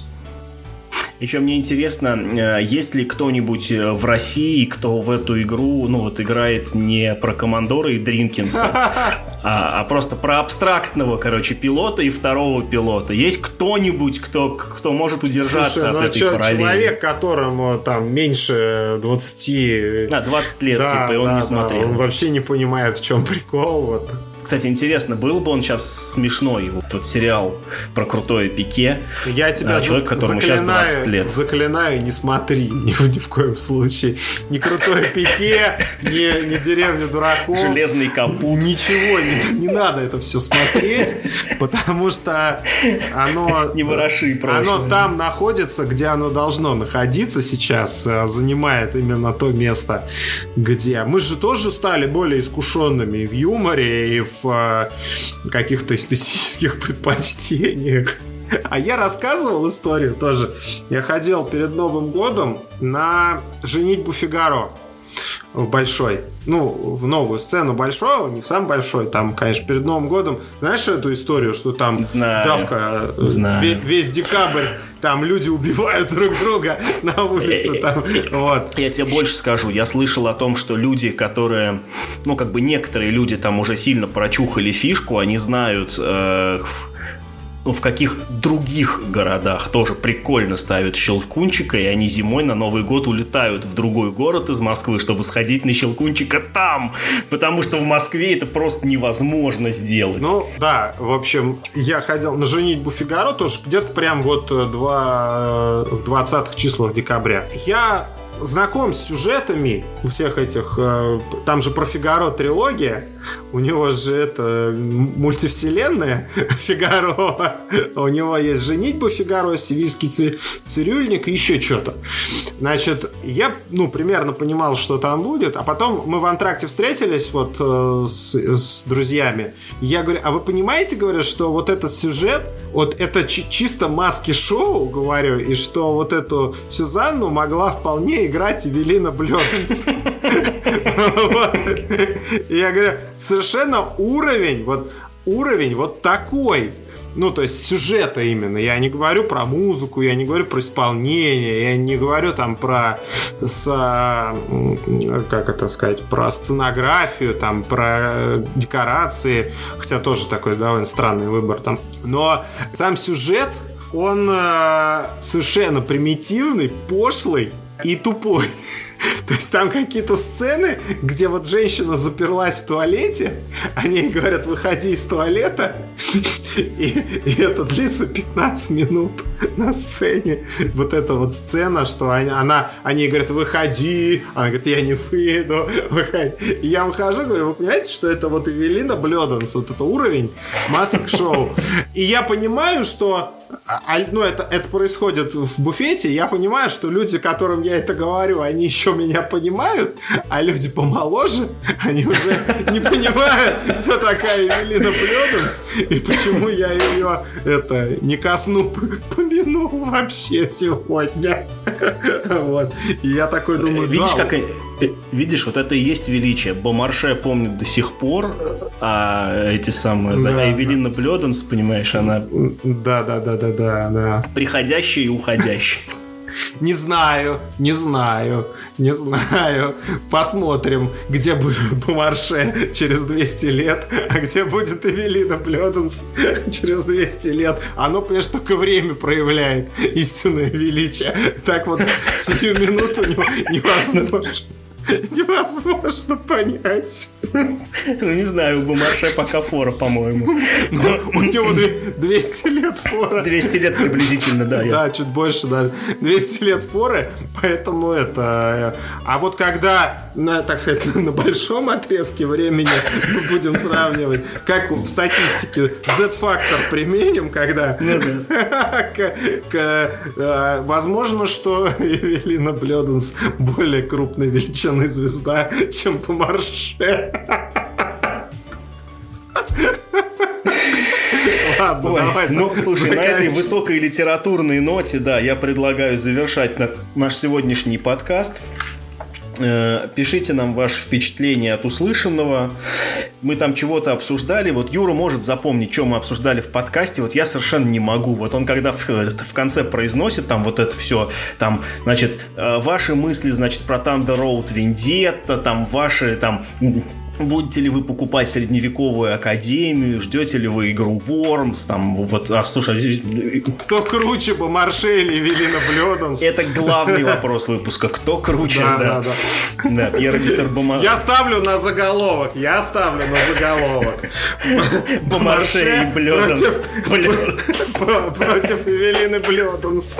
Еще мне интересно, есть ли кто-нибудь в России, кто в эту игру, ну вот, играет не про Командора и Дринкинса, а, а просто про абстрактного, короче, пилота и второго пилота. Есть кто-нибудь, кто, кто может удержаться
Слушай,
от
ну,
этой
чё,
параллели?
Человек, которому там меньше двадцати...
А, двадцать лет,
да,
типа, и он
да,
не
да,
смотрел.
Он вообще не понимает, в чем прикол, вот.
Кстати, интересно, был бы он сейчас смешной, вот тот сериал про крутое Пике.
Я тебя
человек, которому сейчас двадцать лет.
Заклинаю, не смотри ни, ни в коем случае. Ни крутое Пике, ни, ни деревню дураков.
Железный капут.
Ничего, не, не надо это все смотреть, потому что оно...
Не вороши прошлое.
Оно там находится, где оно должно находиться сейчас, занимает именно то место, где... Мы же тоже стали более искушенными в юморе и в в каких-то эстетических предпочтениях. А я рассказывал историю тоже. Я ходил перед Новым годом на «Женитьбу Фигаро» в Большой. Ну, в новую сцену Большого, не в сам Большой. Там, конечно, перед Новым годом. Знаешь эту историю, что там
Знаю.
давка
Знаю.
Весь декабрь, там люди убивают друг друга на улице. Там, вот.
Я тебе больше скажу. Я слышал о том, что люди, которые... Ну, как бы некоторые люди там уже сильно прочухали фишку, они знают... Э, ну, в каких других городах тоже прикольно ставят Щелкунчика, и они зимой на Новый год улетают в другой город из Москвы, чтобы сходить на Щелкунчика там, потому что в Москве это просто невозможно сделать.
Ну, да, в общем, я ходил на «Женитьбу Фигаро» тоже где-то прям вот два, в двадцатых числах декабря. Я знаком с сюжетами у всех этих... Там же про Фигаро трилогия. У него же это мультивселенная Фигаро. У него есть «Женитьба Фигаро», «Севильский цирюльник» и еще что-то. Значит, я, ну, примерно понимал, что там будет. А потом мы в антракте встретились вот с, с друзьями. И я говорю, а вы понимаете, говорю, что вот этот сюжет, вот это чи- чисто маски-шоу, говорю, и что вот эту Сюзанну могла вполне играть Эвелина Блёданс. Я говорю, совершенно уровень, вот уровень вот такой. Ну, то есть сюжета именно. Я не говорю про музыку, я не говорю про исполнение, я не говорю там про с, как это сказать, про сценографию, там, про декорации, хотя тоже такой довольно странный выбор там. Но сам сюжет, он э, совершенно примитивный, пошлый и тупой. То есть там какие-то сцены, где вот женщина заперлась в туалете, они ей говорят, выходи из туалета, и, и это длится пятнадцать минут на сцене. Вот эта вот сцена, что она, она, они ей говорят, выходи, она говорит, я не выйду, выходи. И я выхожу, говорю, вы понимаете, что это вот Эвелина Блёданс, вот это уровень масок-шоу. И я понимаю, что А, ну, это, это происходит в буфете. Я понимаю, что люди, которым я это говорю, они еще меня понимают, а люди помоложе, они уже не понимают, кто такая Эвелина Блёданс и почему я ее это, не ко сну помянул вообще сегодня. Вот. И я такой думаю,
видишь,
да,
как... Видишь, вот это и есть величие. Бомарше помнит до сих пор, а эти самые... Да, Эвелина да. Блёданс, понимаешь, она...
Да-да-да-да-да. да.
Приходящая и уходящая.
Не знаю, не знаю, не знаю. Посмотрим, где будет Бомарше через двести лет, а где будет Эвелина Блёданс через двести лет. Оно, понимаешь, только время проявляет истинное величие. Так вот, сию минуту невозможно. Невозможно понять.
Ну, не знаю, у Бомарше пока фора, по-моему.
Но у него двести лет фора.
двести лет приблизительно, да.
Да, чуть больше, да. двести лет форы, поэтому это... А вот когда, на, так сказать, на большом отрезке времени мы будем сравнивать, как в статистике Z-фактор применим, когда... Ну, да. к, к, возможно, что Эвелина Блёданс более крупной величины звезда, чем Бомарше. Ладно,
Ой,
давай.
Ну, слушай, на этой высокой литературной ноте, да, я предлагаю завершать наш сегодняшний подкаст. Пишите нам ваши впечатления от услышанного. Мы там чего-то обсуждали. Вот Юра может запомнить, что мы обсуждали в подкасте. Вот я совершенно не могу. Вот он когда в, в конце произносит там вот это все, там, значит, ваши мысли, значит, про Thunder Road Vendetta, там, ваши, там... Будете ли вы покупать средневековую академию? Ждете ли вы игру Worms? Там, вот, а, слушай...
Кто круче, Бомарше или Эвелина Блёданс?
Это главный вопрос выпуска. Кто круче?
Да,
да,
да, да.
Да, Пьер Мистер Бомарше.
Я ставлю на заголовок. Я ставлю на заголовок.
Бомарше и Блёданс.
Против Эвелины Блёданс.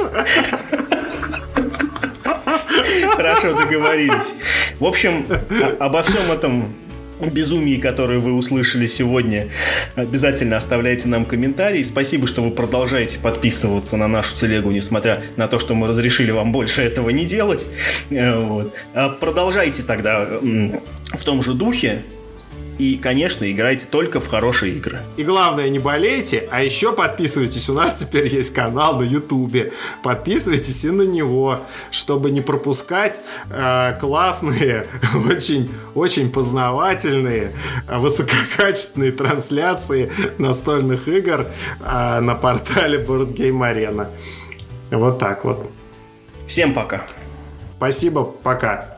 Хорошо, договорились. В общем, обо всем этом безумии, которое вы услышали сегодня, обязательно оставляйте нам комментарии. Спасибо, что вы продолжаете подписываться на нашу телегу, несмотря на то, что мы разрешили вам больше этого не делать. Вот. Продолжайте тогда в том же духе. И, конечно, играйте только в хорошие игры.
И главное, не болейте, а еще подписывайтесь. У нас теперь есть канал на Ютубе. Подписывайтесь и на него, чтобы не пропускать э, классные, очень, очень познавательные, высококачественные трансляции настольных игр э, на портале Board Game Arena. Вот так вот.
Всем пока.
Спасибо, пока.